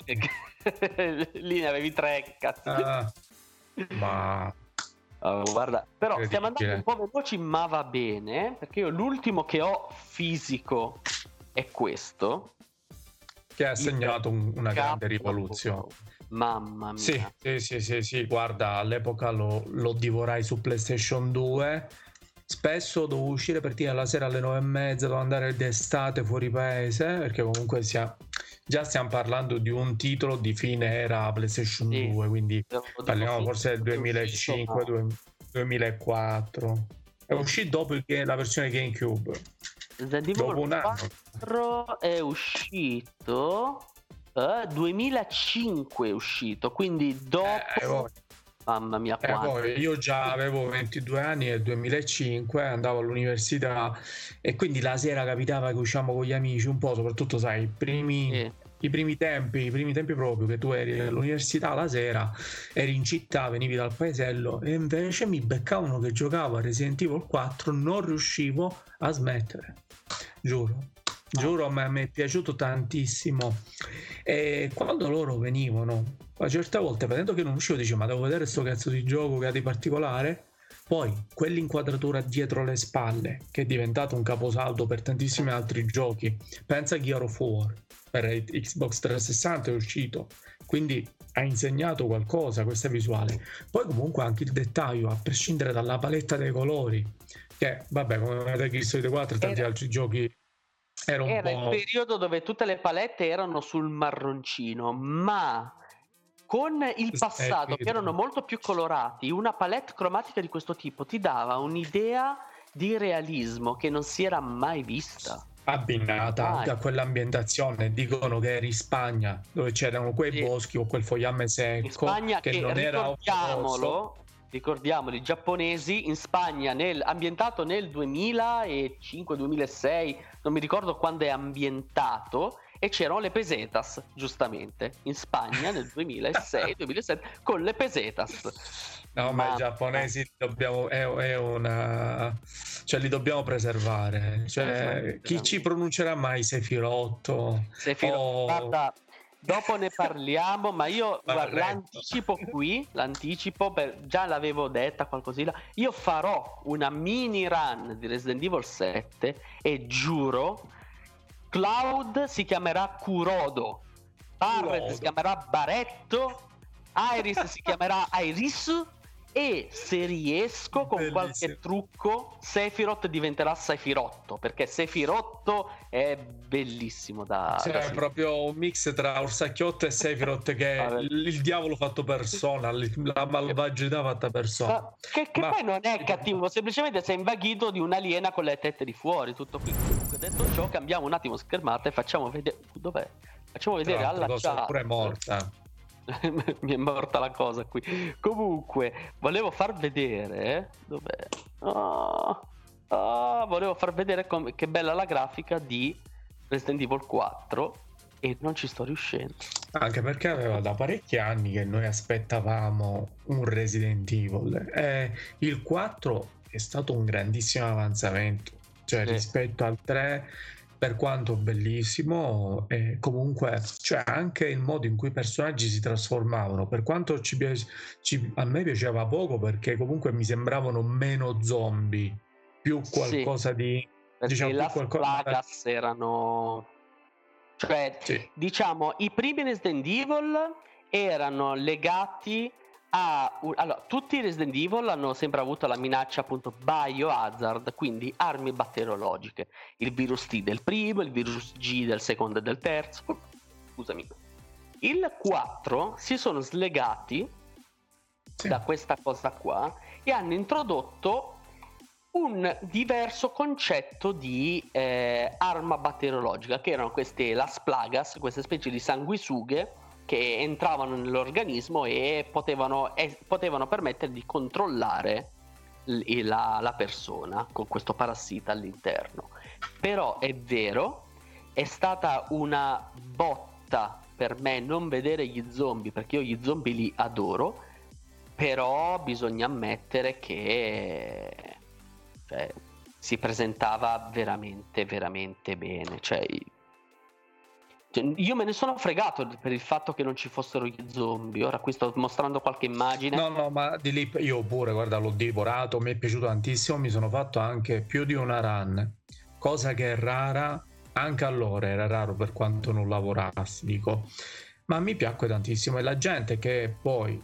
Lì ne avevi 3, cazzo. Ma guarda, però stiamo andando un po' veloci, ma va bene, perché io l'ultimo che ho fisico è questo, che ha segnato una grande rivoluzione. Mamma mia. Sì, guarda, all'epoca lo divorai su PlayStation 2. Spesso dovevo uscire per dire la sera alle 9:30, dovevo andare d'estate fuori paese, perché comunque già stiamo parlando di un titolo di fine era PlayStation 2, quindi parliamo forse del 2005, 2004. È uscito dopo la versione GameCube. Dopo un anno è uscito 2005 è uscito, quindi dopo mamma mia poi io già avevo 22 anni nel 2005, andavo all'università e quindi la sera capitava che usciamo con gli amici un po', soprattutto sai i primi tempi proprio, che tu eri all'università la sera, eri in città, venivi dal paesello e invece mi beccavano che giocavo a Resident Evil 4, non riuscivo a smettere, giuro, ma mi è piaciuto tantissimo. E quando loro venivano a certe volte, vedendo che non uscivo, dicevo ma devo vedere sto cazzo di gioco che ha di particolare. Poi quell'inquadratura dietro le spalle che è diventato un caposaldo per tantissimi altri giochi, pensa a Gears of War per Xbox 360 è uscito, quindi ha insegnato qualcosa questa visuale. Poi comunque anche il dettaglio, a prescindere dalla paletta dei colori, che vabbè, come Metal Gear Solid 4 e tanti altri giochi era il periodo dove tutte le palette erano sul marroncino, ma con il passato che erano molto più colorati, una palette cromatica di questo tipo ti dava un'idea di realismo che non si era mai vista, abbinata a quell'ambientazione. Dicono che era in Spagna, dove c'erano quei boschi o quel fogliame secco, in Spagna, che non era ricordiamolo, i giapponesi in Spagna ambientato nel 2005-2006, non mi ricordo quando è ambientato, e c'erano le pesetas, giustamente, in Spagna nel 2006-2007 con le pesetas. No, ma i giapponesi li dobbiamo preservare. Cioè, chi ci pronuncerà mai Sephiroth? Guarda, dopo ne parliamo, ma io l'anticipo già l'avevo detta qualcosina. Io farò una mini run di Resident Evil 7 e giuro, Cloud si chiamerà Kurodo, Barret si chiamerà Baretto, Iris si chiamerà Iris e se riesco con Bellissimo. qualche trucco Sephiroth diventerà Sefirotto, perché Sefirotto è bellissimo da Cioè, è sentire. proprio un mix tra Orsacchiotto e Sephiroth, che è Vabbè. il diavolo fatto persona, la malvagità fatta persona. Che Ma- poi non è cattivo, semplicemente sei invaghito di un'aliena con le tette di fuori, tutto qui. Comunque, detto ciò, cambiamo un attimo schermata e facciamo vedere dov'è. Facciamo Tra vedere l'altra alla cosa chat. pure è morta. Mi è morta la cosa qui. Comunque, volevo far vedere dov'è? Volevo far vedere che bella la grafica di Resident Evil 4 e non ci sto riuscendo. Anche perché aveva da parecchi anni che noi aspettavamo un Resident Evil. Il 4 è stato un grandissimo avanzamento, cioè Sì. rispetto al 3, per quanto bellissimo, comunque, cioè anche il modo in cui i personaggi si trasformavano, per quanto a me piaceva poco, perché comunque mi sembravano meno zombie, più qualcosa di, perché diciamo, più Las qualcosa. Plagas erano, cioè, Sì. diciamo, i primi Resident Evil erano legati a allora, tutti i Resident Evil hanno sempre avuto la minaccia appunto biohazard, quindi armi batteriologiche, il virus T del primo, il virus G del secondo e del terzo. Scusami. Il 4 si sono slegati Sì. da questa cosa qua e hanno introdotto un diverso concetto di arma batteriologica, che erano queste Las Plagas, queste specie di sanguisughe che entravano nell'organismo e potevano permettere di controllare la persona con questo parassita all'interno. Però è vero, è stata una botta per me non vedere gli zombie, perché io gli zombie li adoro, però bisogna ammettere che si presentava veramente veramente bene, cioè io me ne sono fregato per il fatto che non ci fossero gli zombie. Ora qui sto mostrando qualche immagine. No, ma di lì io pure, guarda, l'ho divorato, mi è piaciuto tantissimo, mi sono fatto anche più di una run, cosa che è rara, anche allora era raro per quanto non lavorassi, dico. Ma mi piacque tantissimo, e la gente che poi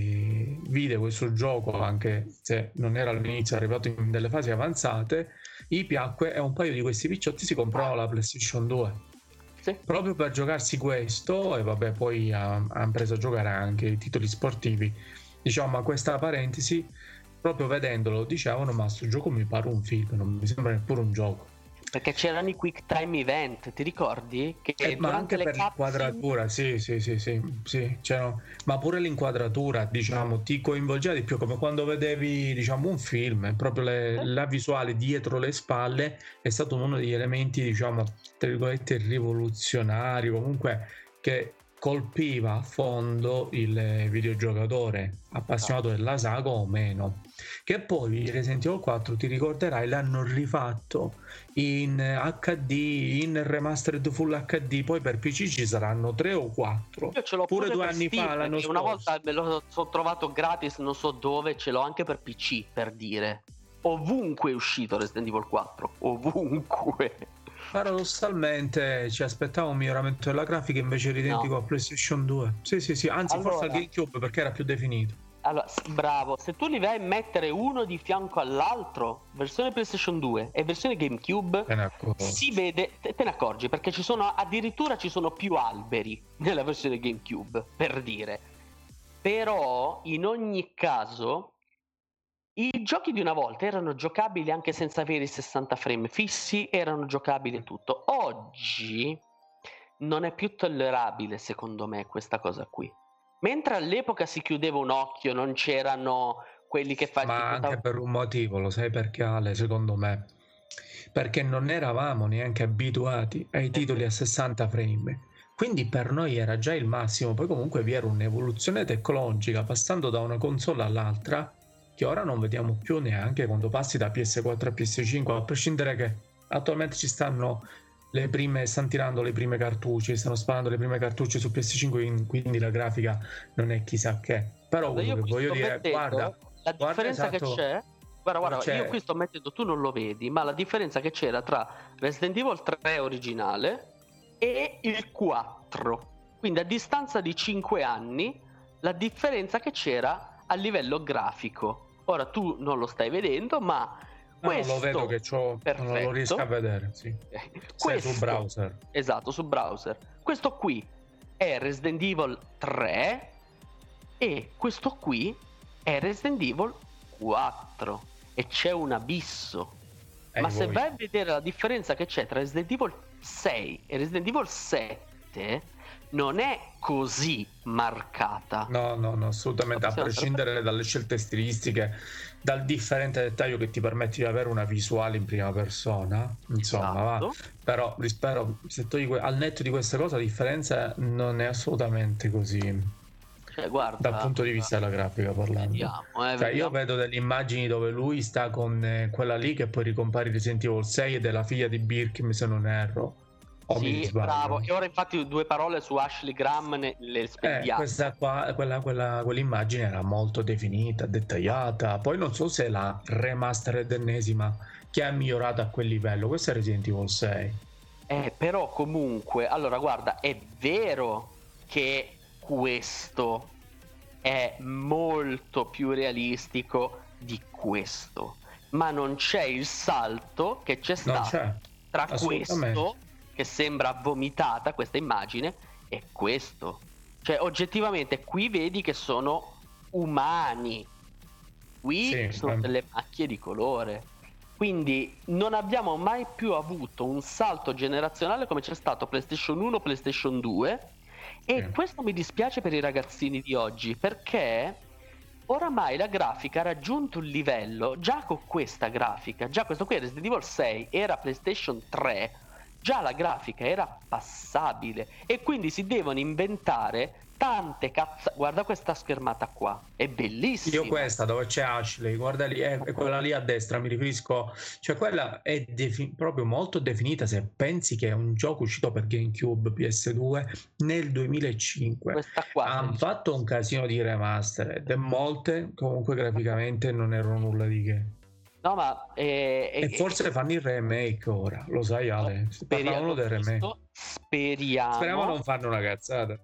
vide questo gioco, anche se non era all'inizio, arrivato in delle fasi avanzate, gli piacque, e un paio di questi picciotti si compravano la PlayStation 2. Sì. Proprio per giocarsi questo, e vabbè, poi hanno preso a giocare anche i titoli sportivi, diciamo. Ma questa parentesi, proprio vedendolo dicevano: ma sto gioco mi pare un film, non mi sembra neppure un gioco, perché c'erano i quick time event, ti ricordi? Che ma anche per l'inquadratura, sì, c'erano, ma pure l'inquadratura, diciamo, ti coinvolgeva di più, come quando vedevi, diciamo, un film, proprio la visuale dietro le spalle è stato uno degli elementi, diciamo, tra virgolette, rivoluzionari, comunque, che colpiva a fondo il videogiocatore appassionato della saga o meno. Che poi Resident Evil 4, ti ricorderai, l'hanno rifatto in HD, in remastered full HD, poi per PC ci saranno 3 o 4. Io ce l'ho pure per 2 anni Steam, fa, l'anno perché una scorso. volta me lo sono trovato gratis, non so dove, ce l'ho anche per PC, per dire. Ovunque è uscito Resident Evil 4, ovunque. Paradossalmente ci aspettavo un miglioramento della grafica, invece era identico a PlayStation 2. Sì, anzi, allora, forse al GameCube, perché era più definito. Allora, bravo, se tu li vai a mettere uno di fianco all'altro, versione PlayStation 2 e versione GameCube, si vede, te ne accorgi, perché addirittura ci sono più alberi nella versione GameCube, per dire. Però in ogni caso i giochi di una volta erano giocabili anche senza avere i 60 frame fissi, erano giocabili in tutto. Oggi non è più tollerabile, secondo me, questa cosa qui. Mentre all'epoca si chiudeva un occhio, non c'erano quelli che fanno. Ma anche per un motivo, lo sai perché, Ale? Secondo me, perché non eravamo neanche abituati ai titoli a 60 frame. Quindi per noi era già il massimo. Poi comunque vi era un'evoluzione tecnologica, passando da una console all'altra, che ora non vediamo più neanche quando passi da PS4 a PS5, a prescindere che attualmente stanno tirando le prime cartucce, stanno sparando le prime cartucce su PS5, quindi la grafica non è chissà che. Però quello che voglio dire, guarda, la differenza che c'è, guarda, io qui sto mettendo, tu non lo vedi, ma la differenza che c'era tra Resident Evil 3 originale e il 4, quindi a distanza di 5 anni, la differenza che c'era a livello grafico. Ora tu non lo stai vedendo, ma questo lo vedo che non lo riesco a vedere, sì. Questo, sul browser. Esatto, sul browser. Questo qui è Resident Evil 3 e questo qui è Resident Evil 4 e c'è un abisso. Ma se vai a vedere la differenza che c'è tra Resident Evil 6 e Resident Evil 7, non è così marcata. No, assolutamente, a prescindere dalle scelte stilistiche, dal differente dettaglio che ti permette di avere una visuale in prima persona, insomma, esatto. Però rispetto, se togli al netto di questa cosa, la differenza non è assolutamente così. Cioè, guarda, dal punto di vista della grafica parlando, io vedo delle immagini dove lui sta con quella lì che poi ricompare di Resident Evil 6 e della figlia di Birkin, se non erro. Sì, bravo. E ora infatti due parole su Ashley Graham le spediamo. Questa qua, quell'immagine era molto definita, dettagliata. Poi non so se la remastered ennesima che ha migliorato a quel livello. Questo è Resident Evil 6. Però comunque, allora guarda, è vero che questo è molto più realistico di questo, ma non c'è il salto che c'è stato tra questo che sembra vomitata, questa immagine, e questo. Cioè oggettivamente qui vedi che sono umani, qui sono delle macchie di colore. Quindi non abbiamo mai più avuto un salto generazionale come c'è stato PlayStation 1, PlayStation 2. E questo mi dispiace per i ragazzini di oggi, perché oramai la grafica ha raggiunto un livello, già con questa grafica, già questo qui Resident Evil 6 era PlayStation 3, già la grafica era passabile e quindi si devono inventare tante guarda questa schermata qua, è bellissima. Io questa dove c'è Ashley, guarda lì, è quella lì a destra, mi riferisco, cioè quella è proprio molto definita, se pensi che è un gioco uscito per GameCube, PS2 nel 2005. Questa qua hanno fatto un casino di remastered e molte comunque graficamente non erano nulla di che. No, ma e forse fanno il remake ora, lo sai Ale? Parlavano del remake. Speriamo non fanno una cazzata.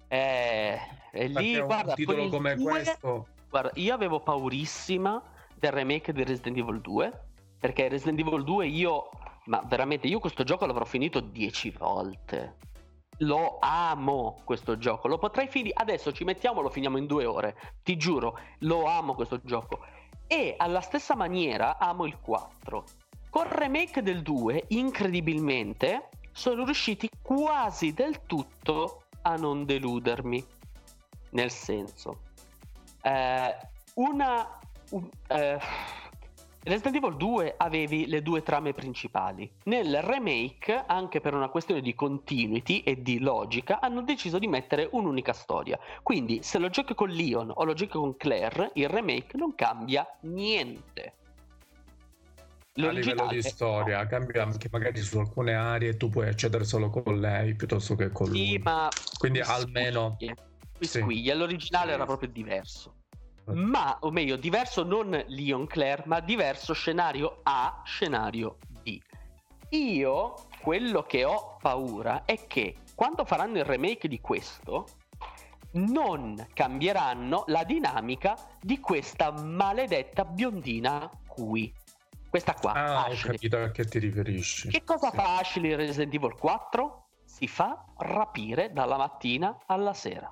Lì guarda, un titolo come questo, guarda, io avevo paurissima del remake di Resident Evil 2, perché Resident Evil 2 ma veramente io questo gioco l'avrò finito 10 volte. Lo amo questo gioco, lo potrei finire adesso, ci mettiamo, lo finiamo in 2 ore, ti giuro, lo amo questo gioco. E alla stessa maniera amo il 4. Col remake del 2 incredibilmente sono riusciti quasi del tutto a non deludermi, nel senso Resident Evil 2 avevi le 2 trame principali. Nel remake, anche per una questione di continuity e di logica, hanno deciso di mettere un'unica storia. Quindi se lo giochi con Leon o lo giochi con Claire, il remake non cambia niente. A livello di storia cambia anche magari su alcune aree, tu puoi accedere solo con lei piuttosto che con lui. Ma quindi almeno squiglia. L'originale era proprio diverso, ma o meglio diverso, non Leon Claire, ma diverso scenario A, scenario B. Io quello che ho paura è che quando faranno il remake di questo non cambieranno la dinamica di questa maledetta biondina qui. Questa qua, ho capito a che ti riferisci. Che cosa fa Ashley in Resident Evil 4? Si fa rapire dalla mattina alla sera.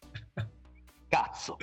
Cazzo.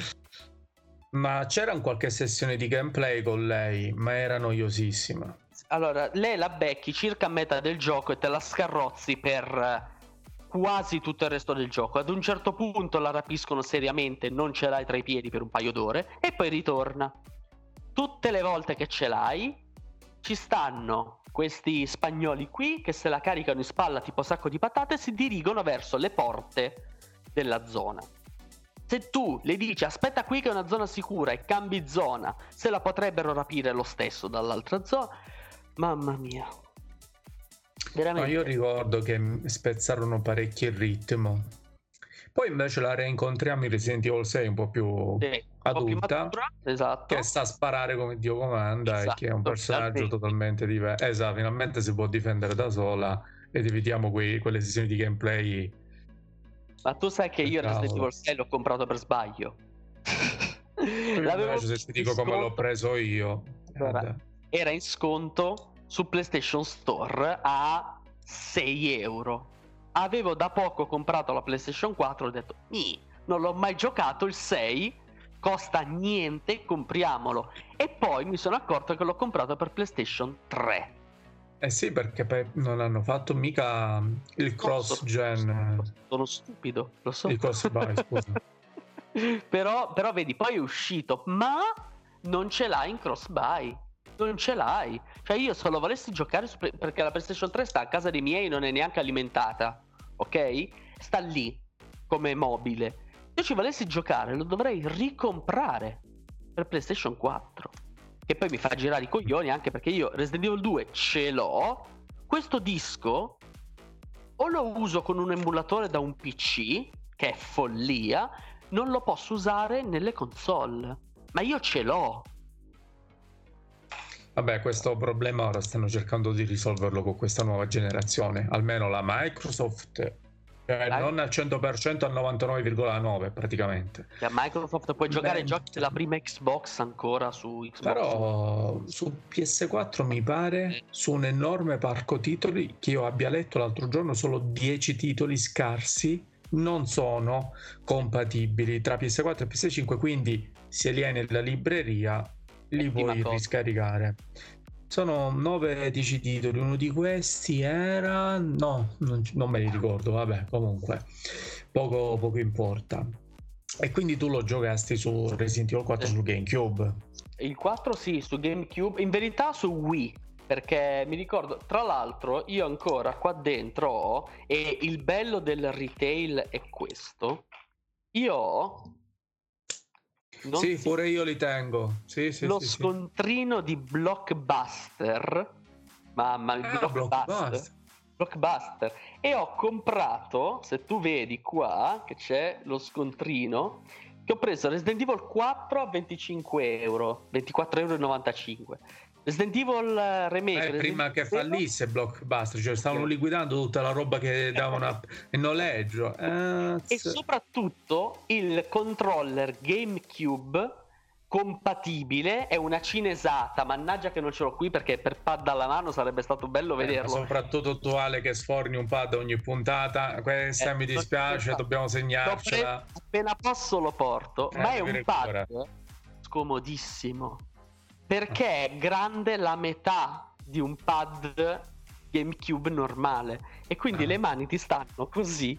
Ma c'era qualche sessione di gameplay con lei, ma era noiosissima. Allora, lei la becchi circa a metà del gioco e te la scarrozzi per quasi tutto il resto del gioco. Ad un certo punto la rapiscono seriamente, non ce l'hai tra i piedi per un paio d'ore e poi ritorna. Tutte le volte che ce l'hai ci stanno questi spagnoli qui che se la caricano in spalla tipo sacco di patate e si dirigono verso le porte della zona. Se tu le dici aspetta qui che è una zona sicura e cambi zona, se la potrebbero rapire lo stesso dall'altra zona. Mamma mia, veramente. No, io ricordo che spezzarono parecchio il ritmo. Poi invece la reincontriamo in Resident Evil 6 un po' più adulta, esatto, che sa sparare come Dio comanda, e che è un personaggio totalmente diverso. Esatto, finalmente si può difendere da sola ed evitiamo quelle sessioni di gameplay. Ma tu sai che io Resident Evil 6 l'ho comprato per sbaglio. Se ti dico come l'ho preso io, era in sconto su PlayStation Store a 6 euro. Avevo da poco comprato la PlayStation 4, ho detto non l'ho mai giocato, il 6 costa niente, compriamolo. E poi mi sono accorto che l'ho comprato per PlayStation 3. Eh sì, perché non hanno fatto mica il cross-gen. Sono stupido, lo so. Il cross-buy, scusa. però vedi, poi è uscito, ma non ce l'hai in cross-buy. Non ce l'hai. Cioè io se lo volessi giocare perché la PlayStation 3 sta a casa dei miei, non è neanche alimentata, ok? Sta lì come mobile. Se io ci volessi giocare lo dovrei ricomprare per PlayStation 4, che poi mi fa girare i coglioni, anche perché io Resident Evil 2 ce l'ho. Questo disco o lo uso con un emulatore da un PC, che è follia, non lo posso usare nelle console, ma io ce l'ho. Vabbè, questo problema ora stanno cercando di risolverlo con questa nuova generazione, almeno la Microsoft, non al 100%, al 99,9% praticamente. La Microsoft puoi giocare i giochi della prima Xbox ancora su Xbox. Però su PS4 mi pare, su un enorme parco titoli, che io abbia letto l'altro giorno, solo 10 titoli scarsi non sono compatibili tra PS4 e PS5, quindi se li hai nella libreria li puoi riscaricare. Sono 9-10 titoli, uno di questi era... no, non me li ricordo, vabbè, comunque poco importa. E quindi tu lo giocasti su Resident Evil 4 su GameCube? Il 4 sì, su GameCube, in verità su Wii, perché mi ricordo, tra l'altro io ancora qua dentro ho, e il bello del retail è questo, io ho... pure io li tengo. Lo scontrino di Blockbuster. Mamma mia, Blockbuster. E ho comprato, se tu vedi qua che c'è lo scontrino, che ho preso Resident Evil 4 a 25 euro, 24,95 euro. Resident Evil Remake prima che fallisse Blockbuster, cioè stavano liquidando tutta la roba che davano in noleggio, e soprattutto il controller GameCube compatibile è una cinesata. Mannaggia che non ce l'ho qui, perché per pad alla mano sarebbe stato bello vederlo. Soprattutto tu, Ale, che sforni un pad ogni puntata, questa mi dispiace, dobbiamo segnarcela. Appena posso lo porto, ma è un pad scomodissimo, perché è grande la metà di un pad GameCube normale, e quindi le mani ti stanno così.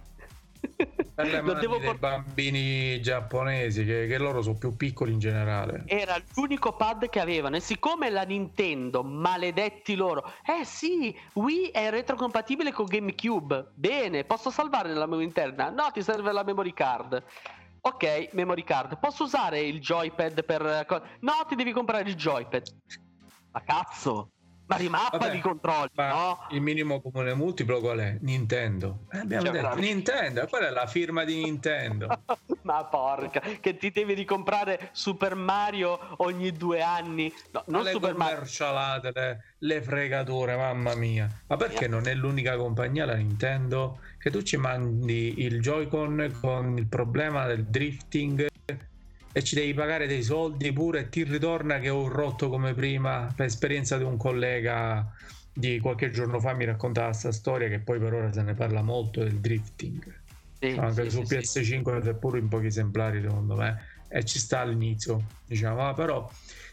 Per le mani dei bambini giapponesi, che loro sono più piccoli in generale. Era l'unico pad che avevano, e siccome la Nintendo, maledetti loro, sì, Wii è retrocompatibile con GameCube, bene, posso salvare nella memoria interna? No, ti serve la memory card. Ok, memory card. Posso usare il joypad per... no, ti devi comprare il joypad. Ma cazzo, ma rimappa di controlli, no? Il minimo comune multiplo qual è? Nintendo. Abbiamo detto Nintendo, qual è la firma di Nintendo? Ma porca, che ti devi ricomprare Super Mario ogni 2 anni. No, non le Super Mario, le fregature, mamma mia. Ma perché non è l'unica compagnia, la Nintendo, che tu ci mandi il Joy-Con con il problema del drifting e ci devi pagare dei soldi pure, e ti ritorna che ho rotto come prima? Per esperienza di un collega di qualche giorno fa mi raccontava questa storia, che poi per ora se ne parla molto del drifting, anche su PS5 seppur in pochi esemplari secondo me, e ci sta all'inizio, diciamo, però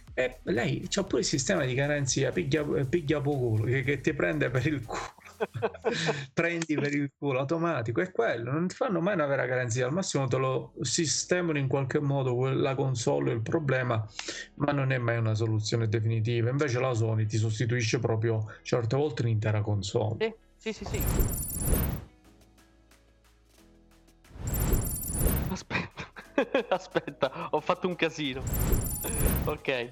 lei c'ha pure il sistema di garanzia piglia poco, che ti prende per il culo. Prendi per il culo automatico, è quello, non ti fanno mai una vera garanzia, al massimo te lo sistemano in qualche modo la console, il problema, ma non è mai una soluzione definitiva. Invece la Sony ti sostituisce proprio certe volte un'intera console. Sì. Aspetta, ho fatto un casino. Ok.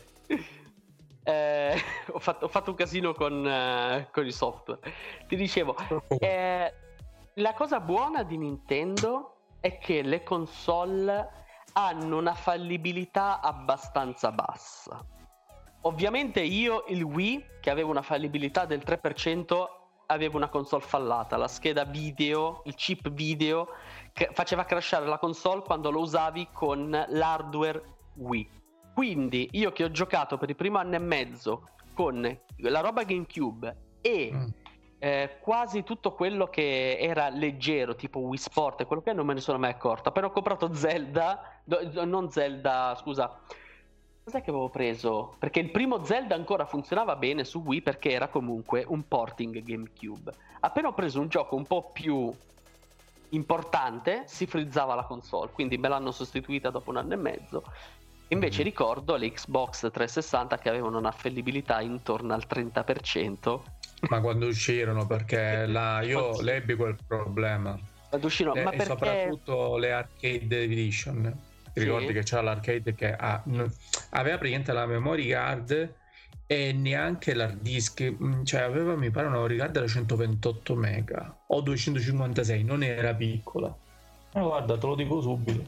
Ho fatto un casino con il software. Ti dicevo, la cosa buona di Nintendo è che le console hanno una fallibilità abbastanza bassa. Ovviamente io il Wii, che aveva una fallibilità del 3%, avevo una console fallata. La scheda video, il chip video, che faceva crashare la console quando lo usavi con l'hardware Wii. Quindi io che ho giocato per il primo anno e mezzo con la roba GameCube e quasi tutto quello che era leggero, tipo Wii Sport e quello che non me ne sono mai accorto. Appena ho comprato Zelda, non Zelda, scusa, cos'è che avevo preso? Perché il primo Zelda ancora funzionava bene su Wii perché era comunque un porting GameCube. Appena ho preso un gioco un po' più importante si frizzava la console, quindi me l'hanno sostituita dopo un anno e mezzo. Invece ricordo le Xbox 360 che avevano una fallibilità intorno al 30%. Ma quando uscirono, perché io lebbi quel problema. Quando uscirono, ma perché... soprattutto le arcade edition. Ti ricordi che c'era l'arcade che aveva praticamente la memory card e neanche l'hard disk, cioè aveva, mi pare, una memory card da 128 mega o 256, non era piccola. Ma guarda, te lo dico subito,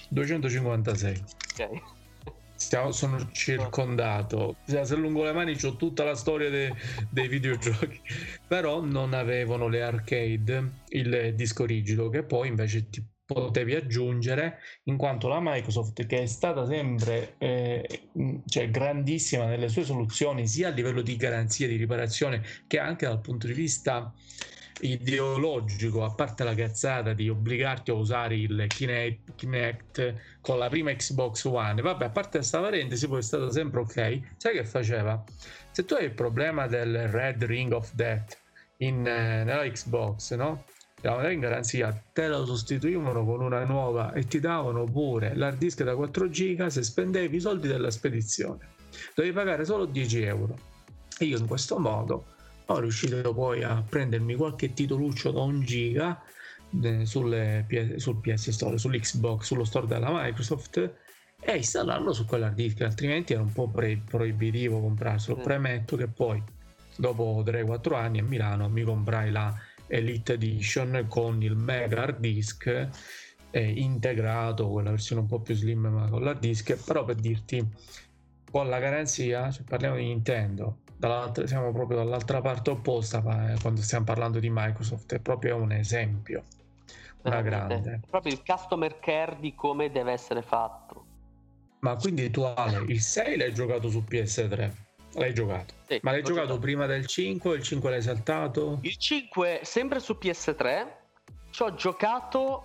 256. Ok. Sono circondato, se allungo le mani c'ho tutta la storia dei videogiochi, però non avevano le arcade il disco rigido, che poi invece ti potevi aggiungere, in quanto la Microsoft, che è stata sempre cioè grandissima nelle sue soluzioni sia a livello di garanzia, di riparazione, che anche dal punto di vista ideologico, a parte la cazzata di obbligarti a usare il Kinect con la prima Xbox One, vabbè, a parte questa parentesi, poi è stata sempre ok. Sai che faceva? Se tu hai il problema del Red Ring of Death nella Xbox, no? Davano in garanzia, te la sostituivano con una nuova e ti davano pure l'hard disk da 4 giga se spendevi i soldi della spedizione. Dovevi pagare solo 10 euro. E io in questo modo ho riuscito poi a prendermi qualche titoluccio da 1 giga sul PS Store, sull'Xbox, sullo store della Microsoft, e installarlo su quell'hard disk, altrimenti era un po' proibitivo comprarselo. Premetto che poi dopo 3-4 anni a Milano mi comprai la Elite Edition con il mega hard disk integrato, quella versione un po' più slim ma con l'hard disk. Però per dirti, con la garanzia, se parliamo di Nintendo, siamo proprio dall'altra parte opposta quando stiamo parlando di Microsoft, è proprio un esempio, una grande, è proprio il customer care di come deve essere fatto. Ma quindi tu, Ale, il 6 l'hai giocato su PS3? L'hai giocato? Sì, ma l'hai giocato prima del 5? Il 5 l'hai saltato? Il 5 sempre su PS3 ci ho giocato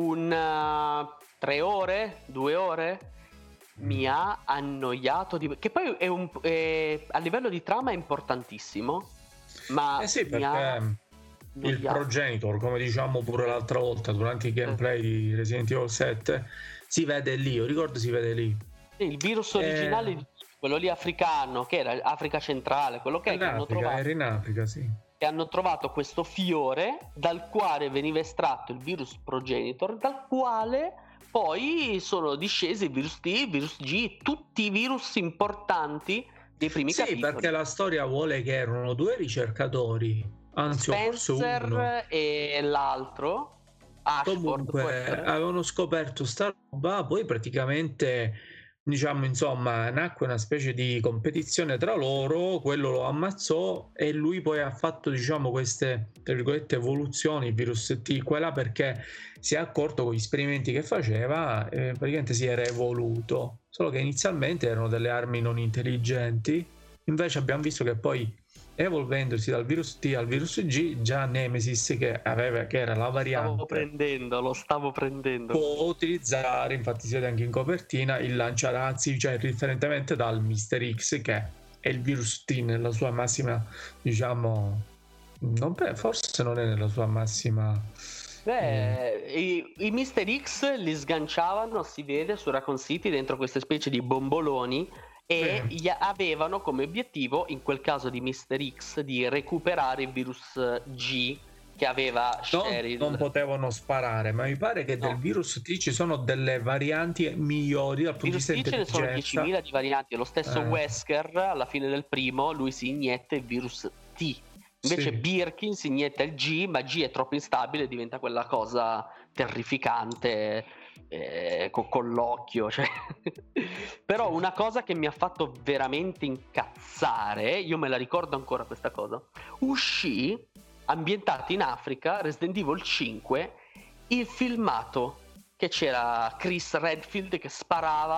3 ore, 2 ore. Mi ha annoiato che poi a livello di trama è importantissimo, ma sì, perché il progenitor, come diciamo pure l'altra volta durante i gameplay di Resident Evil 7, si vede lì, io ricordo si vede lì. Il virus originale, quello lì africano, che era Africa centrale, quello che hanno trovato, era in Africa, sì. E hanno trovato questo fiore dal quale veniva estratto il virus progenitor, dal quale poi sono discesi il virus T, il virus G, tutti i virus importanti dei primi capitoli. Sì, perché la storia vuole che erano 2 ricercatori, anzi Spencer uno e l'altro Ashford, comunque avevano scoperto sta roba, poi praticamente, diciamo, insomma, nacque una specie di competizione tra loro, quello lo ammazzò e lui poi ha fatto, diciamo, queste, tra virgolette, evoluzioni, il virus T, quella, perché si è accorto con gli esperimenti che faceva, praticamente si era evoluto, solo che inizialmente erano delle armi non intelligenti. Invece abbiamo visto che poi, evolvendosi dal virus T al virus G, già Nemesis, che era la variante, lo stavo prendendo, può utilizzare, infatti si vede anche in copertina, il lanciarazzi, cioè differentemente dal Mister X, che è il virus T nella sua massima, diciamo, forse non è nella sua massima. I Mister X li sganciavano, si vede, su Raccoon City, dentro queste specie di bomboloni, e avevano come obiettivo, in quel caso di Mister X, di recuperare il virus G che aveva Cheryl. Non potevano sparare, ma mi pare che del virus T ci sono delle varianti migliori dal punto di vista intelligenza. Ce ne sono 10.000 di varianti. Lo stesso Wesker, alla fine del primo, lui si inietta il virus T. Invece Birkin si inietta il G, ma G è troppo instabile e diventa quella cosa terrificante con l'occhio, cioè. Però una cosa che mi ha fatto veramente incazzare, io me la ricordo ancora questa cosa, uscì, ambientati in Africa, Resident Evil 5, il filmato che c'era Chris Redfield che sparava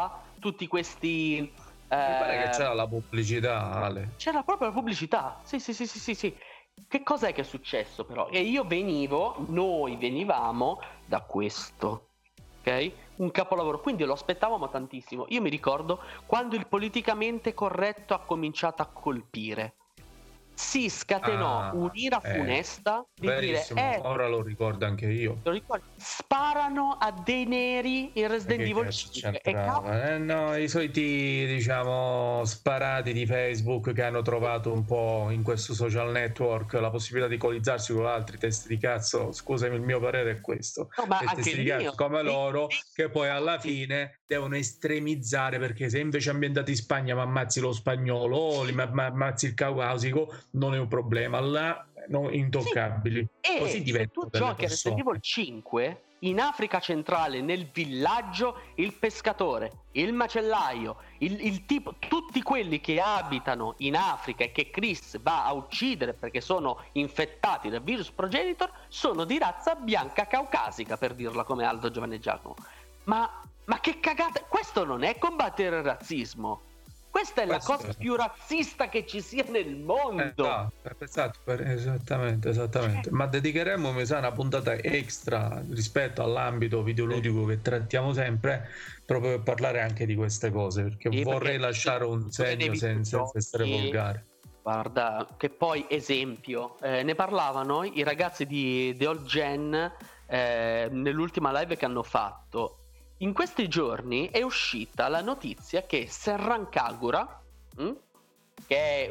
tutti questi... Mi pare che c'era la pubblicità, Ale. C'era proprio la pubblicità, sì. Che cos'è che è successo però? E noi venivamo da questo, ok? Un capolavoro, quindi lo aspettavamo tantissimo. Io mi ricordo quando il politicamente corretto ha cominciato a colpire. Si scatenò un'ira funesta di dire ora lo ricordo anche io. lo ricordi? Sparano a dei neri in Resident Evil 5 no, i soliti, diciamo, sparati di Facebook che hanno trovato un po' in questo social network la possibilità di equalizzarsi con altri testi di cazzo. Scusami, il mio parere è questo. No, ma anche testi di cazzo come loro, che poi alla fine devono estremizzare, perché se invece ambientati in Spagna ma ammazzi lo spagnolo o ma ammazzi il caucasico, non è un problema, là intoccabili. Sì. Così E diventa. se tu giochi a Resident Evil 5 in Africa centrale, nel villaggio, il pescatore, il macellaio, il tipo, tutti quelli che abitano in Africa e che Chris va a uccidere perché sono infettati dal virus progenitor, sono di razza bianca caucasica, per dirla come Aldo Giovanni Giacomo. Ma che cagata, questo non è combattere il razzismo. Questa è la cosa più razzista che ci sia nel mondo. Esattamente. Ma dedicheremo, mi sa, una puntata extra rispetto all'ambito videoludico che trattiamo sempre, proprio per parlare anche di queste cose, perché vorrei lasciare un segno senza essere volgare. Guarda, che poi esempio, ne parlavano i ragazzi di The Old Gen nell'ultima live che hanno fatto. In questi giorni è uscita la notizia che Serran Kagura, che è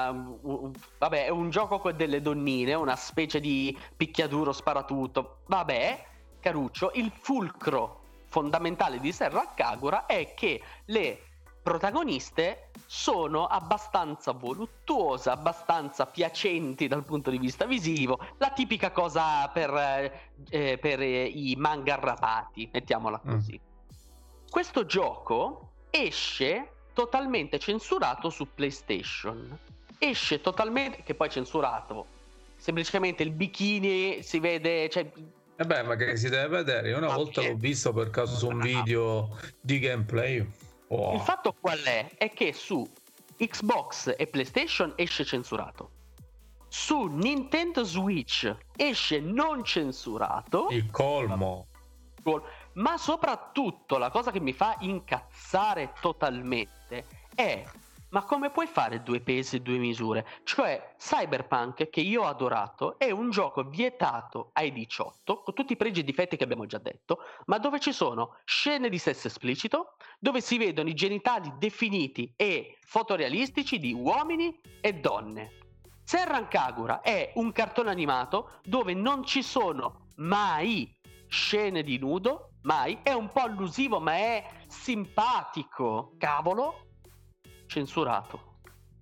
è un gioco con delle donnine, una specie di picchiaduro sparatutto, caruccio, il fulcro fondamentale di Serran Kagura è che le protagoniste sono abbastanza voluttuose, abbastanza piacenti dal punto di vista visivo, la tipica cosa per i manga arrapati, mettiamola così. Questo gioco esce totalmente censurato su PlayStation, esce totalmente, che poi è censurato, semplicemente il bikini si vede, cioè... ma che si deve vedere? Io una volta l'ho visto per caso su un video di gameplay. Wow. Il fatto qual è? È che su Xbox e PlayStation esce censurato. Su Nintendo Switch esce non censurato. Il colmo. Ma soprattutto la cosa che mi fa incazzare totalmente è: ma come puoi fare due pesi e due misure? Cioè, Cyberpunk, che io ho adorato, è un gioco vietato ai 18, con tutti i pregi e difetti che abbiamo già detto, ma dove ci sono scene di sesso esplicito, dove si vedono i genitali definiti e fotorealistici di uomini e donne. Serran Kagura è un cartone animato dove non ci sono mai scene di nudo, mai, è un po' allusivo ma è simpatico, cavolo, censurato.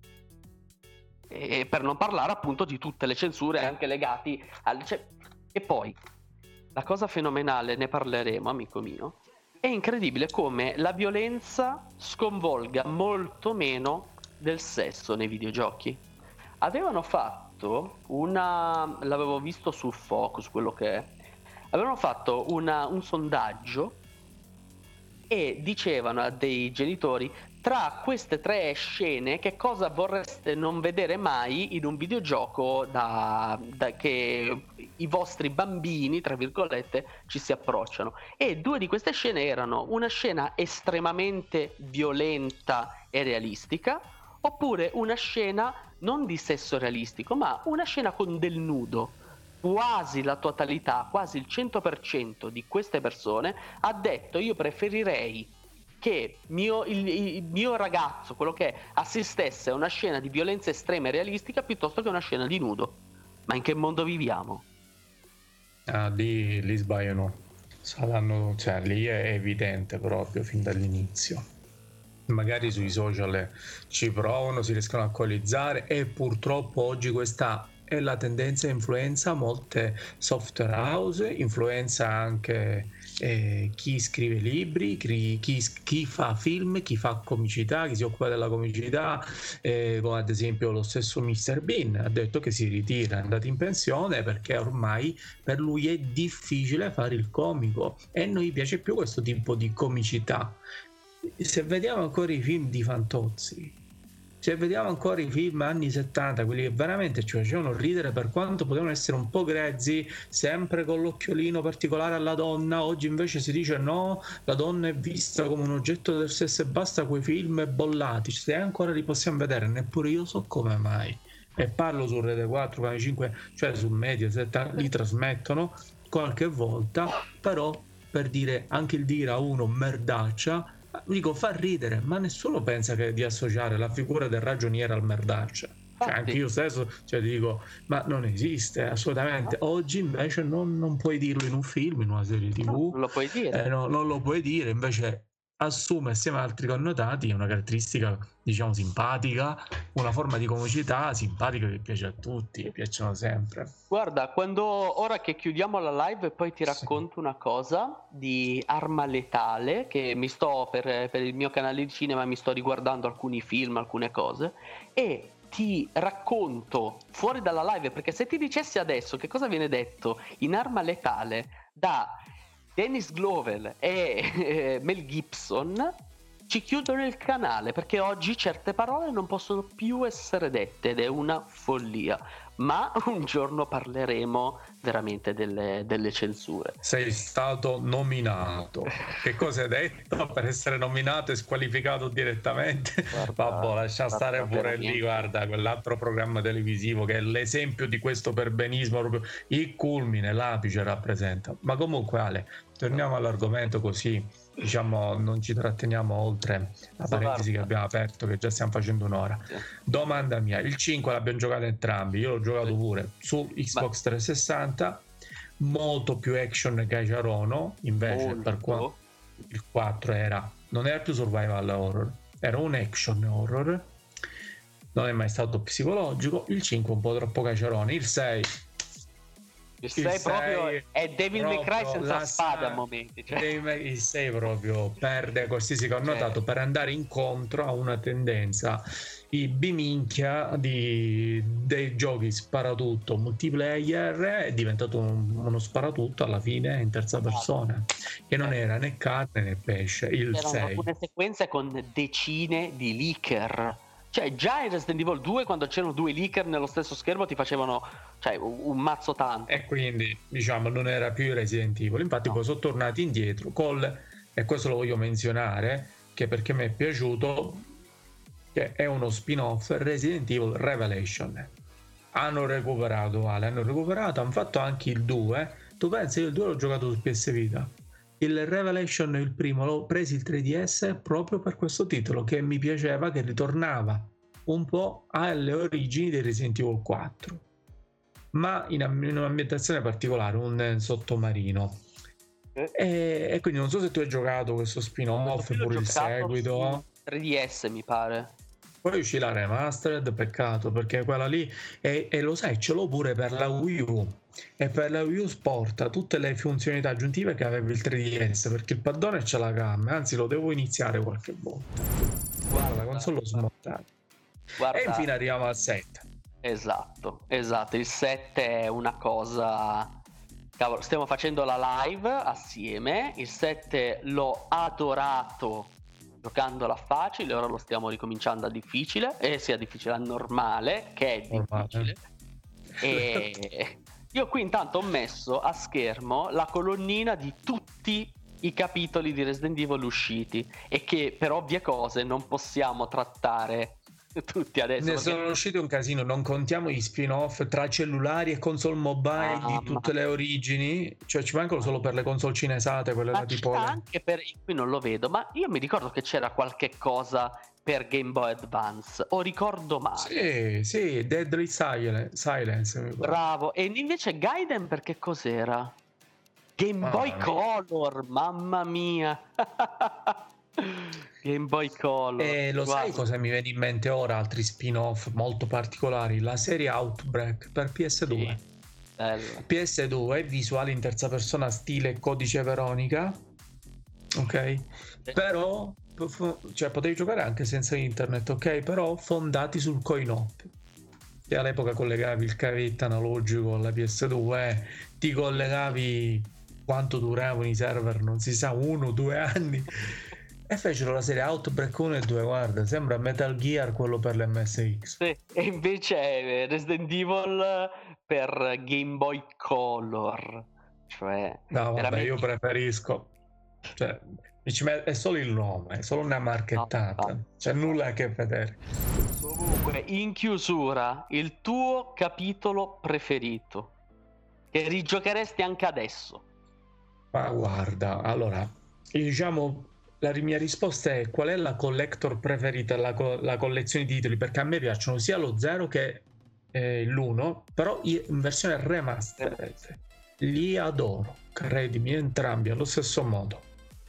E per non parlare appunto di tutte le censure anche legati al... E poi la cosa fenomenale, ne parleremo, amico mio, è incredibile come la violenza sconvolga molto meno del sesso nei videogiochi. Avevano fatto l'avevo visto sul Focus, quello che è, avevano fatto un sondaggio e dicevano a dei genitori: tra queste 3 scene che cosa vorreste non vedere mai in un videogioco che i vostri bambini, tra virgolette, ci si approcciano. E 2 di queste scene erano una scena estremamente violenta e realistica, oppure una scena non di sesso realistico, ma una scena con del nudo. Quasi la totalità, quasi il 100% di queste persone ha detto: io preferirei che il mio ragazzo, quello che è, assistesse a una scena di violenza estrema e realistica piuttosto che una scena di nudo. Ma in che mondo viviamo? Lì sbagliano. Saranno, cioè, lì è evidente proprio fin dall'inizio. Magari sui social ci provano, si riescono a coalizzare, e purtroppo oggi questa è la tendenza, influenza molte software house, influenza anche chi scrive libri, chi fa film, chi fa comicità, chi si occupa della comicità, come ad esempio lo stesso Mr. Bean ha detto che si ritira, è andato in pensione perché ormai per lui è difficile fare il comico e non gli piace più questo tipo di comicità. se vediamo ancora i film di Fantozzi, se vediamo ancora i film anni 70, quelli che veramente ci facevano ridere per quanto potevano essere un po' grezzi, sempre con l'occhiolino particolare alla donna, oggi invece si dice no, la donna è vista come un oggetto del sesso e basta, quei film bollati, se ancora li possiamo vedere, neppure io so come mai. E parlo su Rete 4, Canale 5, cioè su Mediaset, li trasmettono qualche volta, però per dire anche il dire a uno merdaccia, dico, fa ridere, ma nessuno pensa di associare la figura del ragioniere al merdaccia. Cioè, anche io stesso ti dico, ma non esiste assolutamente. Oggi invece non puoi dirlo in un film, in una serie TV, non lo puoi dire. Non lo puoi dire, invece assume assieme ad altri connotati una caratteristica, diciamo, simpatica, una forma di comicità simpatica che piace a tutti, che piacciono sempre. Guarda, ora che chiudiamo la live, poi ti racconto una cosa di Arma Letale, che mi sto per il mio canale di cinema, mi sto riguardando alcuni film, alcune cose, e ti racconto fuori dalla live, perché se ti dicessi adesso che cosa viene detto in Arma Letale da Dennis Glover e Mel Gibson, ci chiudono il canale, perché oggi certe parole non possono più essere dette ed è una follia. Ma un giorno parleremo veramente delle censure. Sei stato nominato. Che cosa hai detto per essere nominato e squalificato direttamente? Vabbè, lascia stare pure lì, guarda, quell'altro programma televisivo che è l'esempio di questo perbenismo, proprio il culmine, l'apice rappresenta. Ma comunque Ale, torniamo all'argomento, così diciamo non ci tratteniamo oltre la parentesi che abbiamo aperto, che già stiamo facendo un'ora. Domanda mia, il 5 l'abbiamo giocato entrambi, io l'ho giocato pure su Xbox 360, molto più action che Ciarono, invece per quanto il 4 non era più survival horror, era un action horror, non è mai stato psicologico. Il 5 un po' troppo caciarone. Il 6 proprio è Devil May Cry senza spada a momenti, cioè. Il 6 proprio perde qualsiasi connotato per andare incontro a una tendenza biminchia dei giochi sparatutto multiplayer. È diventato uno sparatutto alla fine in terza persona, che non era né carne né pesce. C'erano alcune sequenze con decine di leaker. Cioè già in Resident Evil 2, quando c'erano 2 leaker nello stesso schermo, ti facevano, cioè, un mazzo tanto. E quindi diciamo non era più Resident Evil. Infatti poi sono tornati indietro e questo lo voglio menzionare, che perché mi è piaciuto, che è uno spin-off, Resident Evil Revelation. Hanno recuperato, hanno fatto anche il 2. Tu pensi che il 2 l'ho giocato su PS Vita? Il Revelation, il primo, l'ho preso il 3DS proprio per questo titolo, che mi piaceva, che ritornava un po' alle origini di Resident Evil 4, ma in un'ambientazione particolare, un sottomarino. E quindi non so se tu hai giocato questo spin-off, pure il seguito. 3DS mi pare. Poi uscì la remastered, peccato, perché quella lì e lo sai, ce l'ho pure per la Wii U, e per la Wii U porta tutte le funzionalità aggiuntive che aveva il 3DS, perché il paddone c'è la gamma, anzi lo devo iniziare qualche volta. Guarda, la console l'ho smontata. E infine arriviamo al 7. Esatto, il 7 è una cosa, cavolo, stiamo facendo la live assieme, il 7 l'ho adorato giocandola facile, ora lo stiamo ricominciando a difficile, sia difficile a normale, che è difficile. E io qui intanto ho messo a schermo la colonnina di tutti i capitoli di Resident Evil usciti, e che per ovvie cose non possiamo trattare tutti adesso. Ne sono usciti un casino, non contiamo gli spin-off tra cellulari e console mobile di tutte le origini, cioè ci mancano solo per le console cinesate, quelle là tipo anche per, qui non lo vedo, ma io mi ricordo che c'era qualche cosa per Game Boy Advance, o ricordo male? Sì, Deadly Silence. Bravo. E invece Gaiden per che cos'era? Game Boy Color, mamma mia. Game Boy Color. Lo sai cosa mi viene in mente ora? Altri spin-off molto particolari, la serie Outbreak per PS2. Sì, PS2, visuale in terza persona stile Codice Veronica, ok? Sì. Però cioè potevi giocare anche senza internet, ok? Però fondati sul coin-op, che all'epoca collegavi il cavetta analogico alla PS2, ti collegavi, quanto duravano i server non si sa, 1 o 2 anni. E fecero la serie Outbreak 1 e 2, guarda, sembra Metal Gear quello per l'MSX. Sì, e invece è Resident Evil per Game Boy Color. Cioè, No, vabbè, veramente... io preferisco, cioè, è solo il nome, è solo una marchettata, c'è nulla a che vedere. Comunque, in chiusura, il tuo capitolo preferito, che rigiocheresti anche adesso? Ma guarda, allora, diciamo, la mia risposta è: qual è la collector preferita, la collezione di titoli? Perché a me piacciono sia lo 0 che l'1, però in versione remastered. Li adoro, credimi, entrambi allo stesso modo.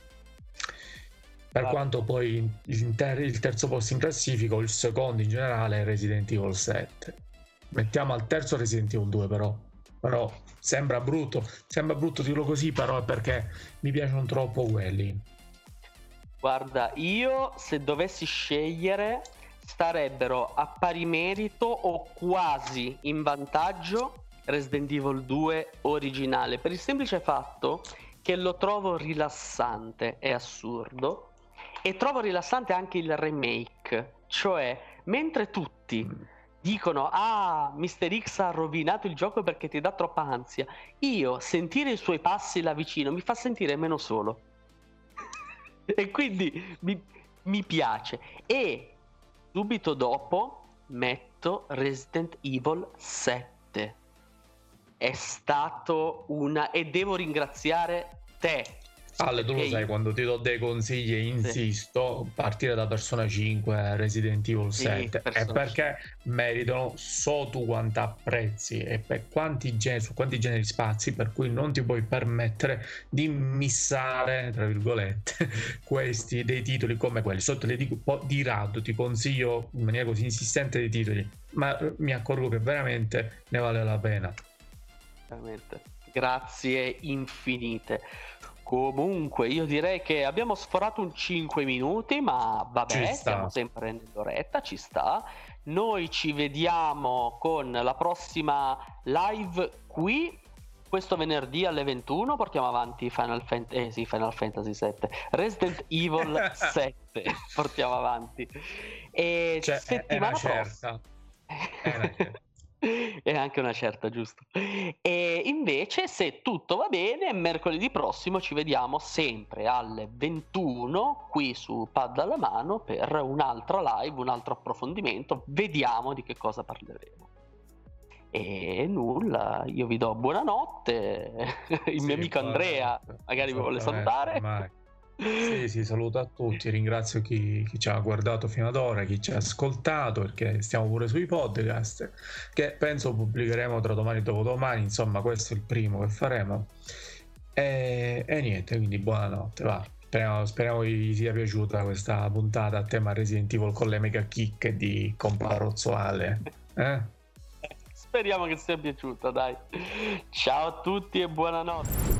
Per quanto poi il terzo posto in classifica, o il secondo in generale, è Resident Evil 7. Mettiamo al terzo Resident Evil 2, però sembra brutto dirlo così, però è perché mi piacciono troppo quelli. Guarda, io se dovessi scegliere starebbero a pari merito o quasi in vantaggio Resident Evil 2 originale, per il semplice fatto che lo trovo rilassante, è assurdo, e trovo rilassante anche il remake, cioè mentre tutti dicono Mr. X ha rovinato il gioco perché ti dà troppa ansia, io sentire i suoi passi là vicino mi fa sentire meno solo. E quindi mi piace. E subito dopo metto Resident Evil 7. È stato e devo ringraziare te. Ale, tu lo sai, quando ti do dei consigli e insisto, partire da Persona 5, Resident Evil 7, è perché meritano, so tu quanto apprezzi e per su quanti generi spazi, per cui non ti puoi permettere di missare, tra virgolette, questi dei titoli come quelli. Sotto le dico di rado, ti consiglio in maniera così insistente dei titoli, ma mi accorgo che veramente ne vale la pena. Veramente. Grazie infinite. Comunque io direi che abbiamo sforato un 5 minuti, ma vabbè, siamo sempre nell'oretta, ci sta. Noi ci vediamo con la prossima live qui questo venerdì alle 21. Portiamo avanti Final Fantasy 7, Resident Evil 7 portiamo avanti, e cioè, settimana prossima è anche una certa, giusto? E invece, se tutto va bene, mercoledì prossimo ci vediamo sempre alle 21 qui su Pad alla mano per un'altra live, un altro approfondimento. Vediamo di che cosa parleremo. E nulla, io vi do buonanotte. Il mio amico Andrea magari mi vuole salutare. Sì, saluto a tutti, ringrazio chi ci ha guardato fino ad ora, chi ci ha ascoltato, perché stiamo pure sui podcast che penso pubblicheremo tra domani e dopodomani, insomma questo è il primo che faremo e niente, quindi buonanotte, va. Speriamo vi sia piaciuta questa puntata a tema Resident Evil con le mega chicche di Comparozzo Ale. Speriamo che sia piaciuta, dai. Ciao a tutti e buonanotte.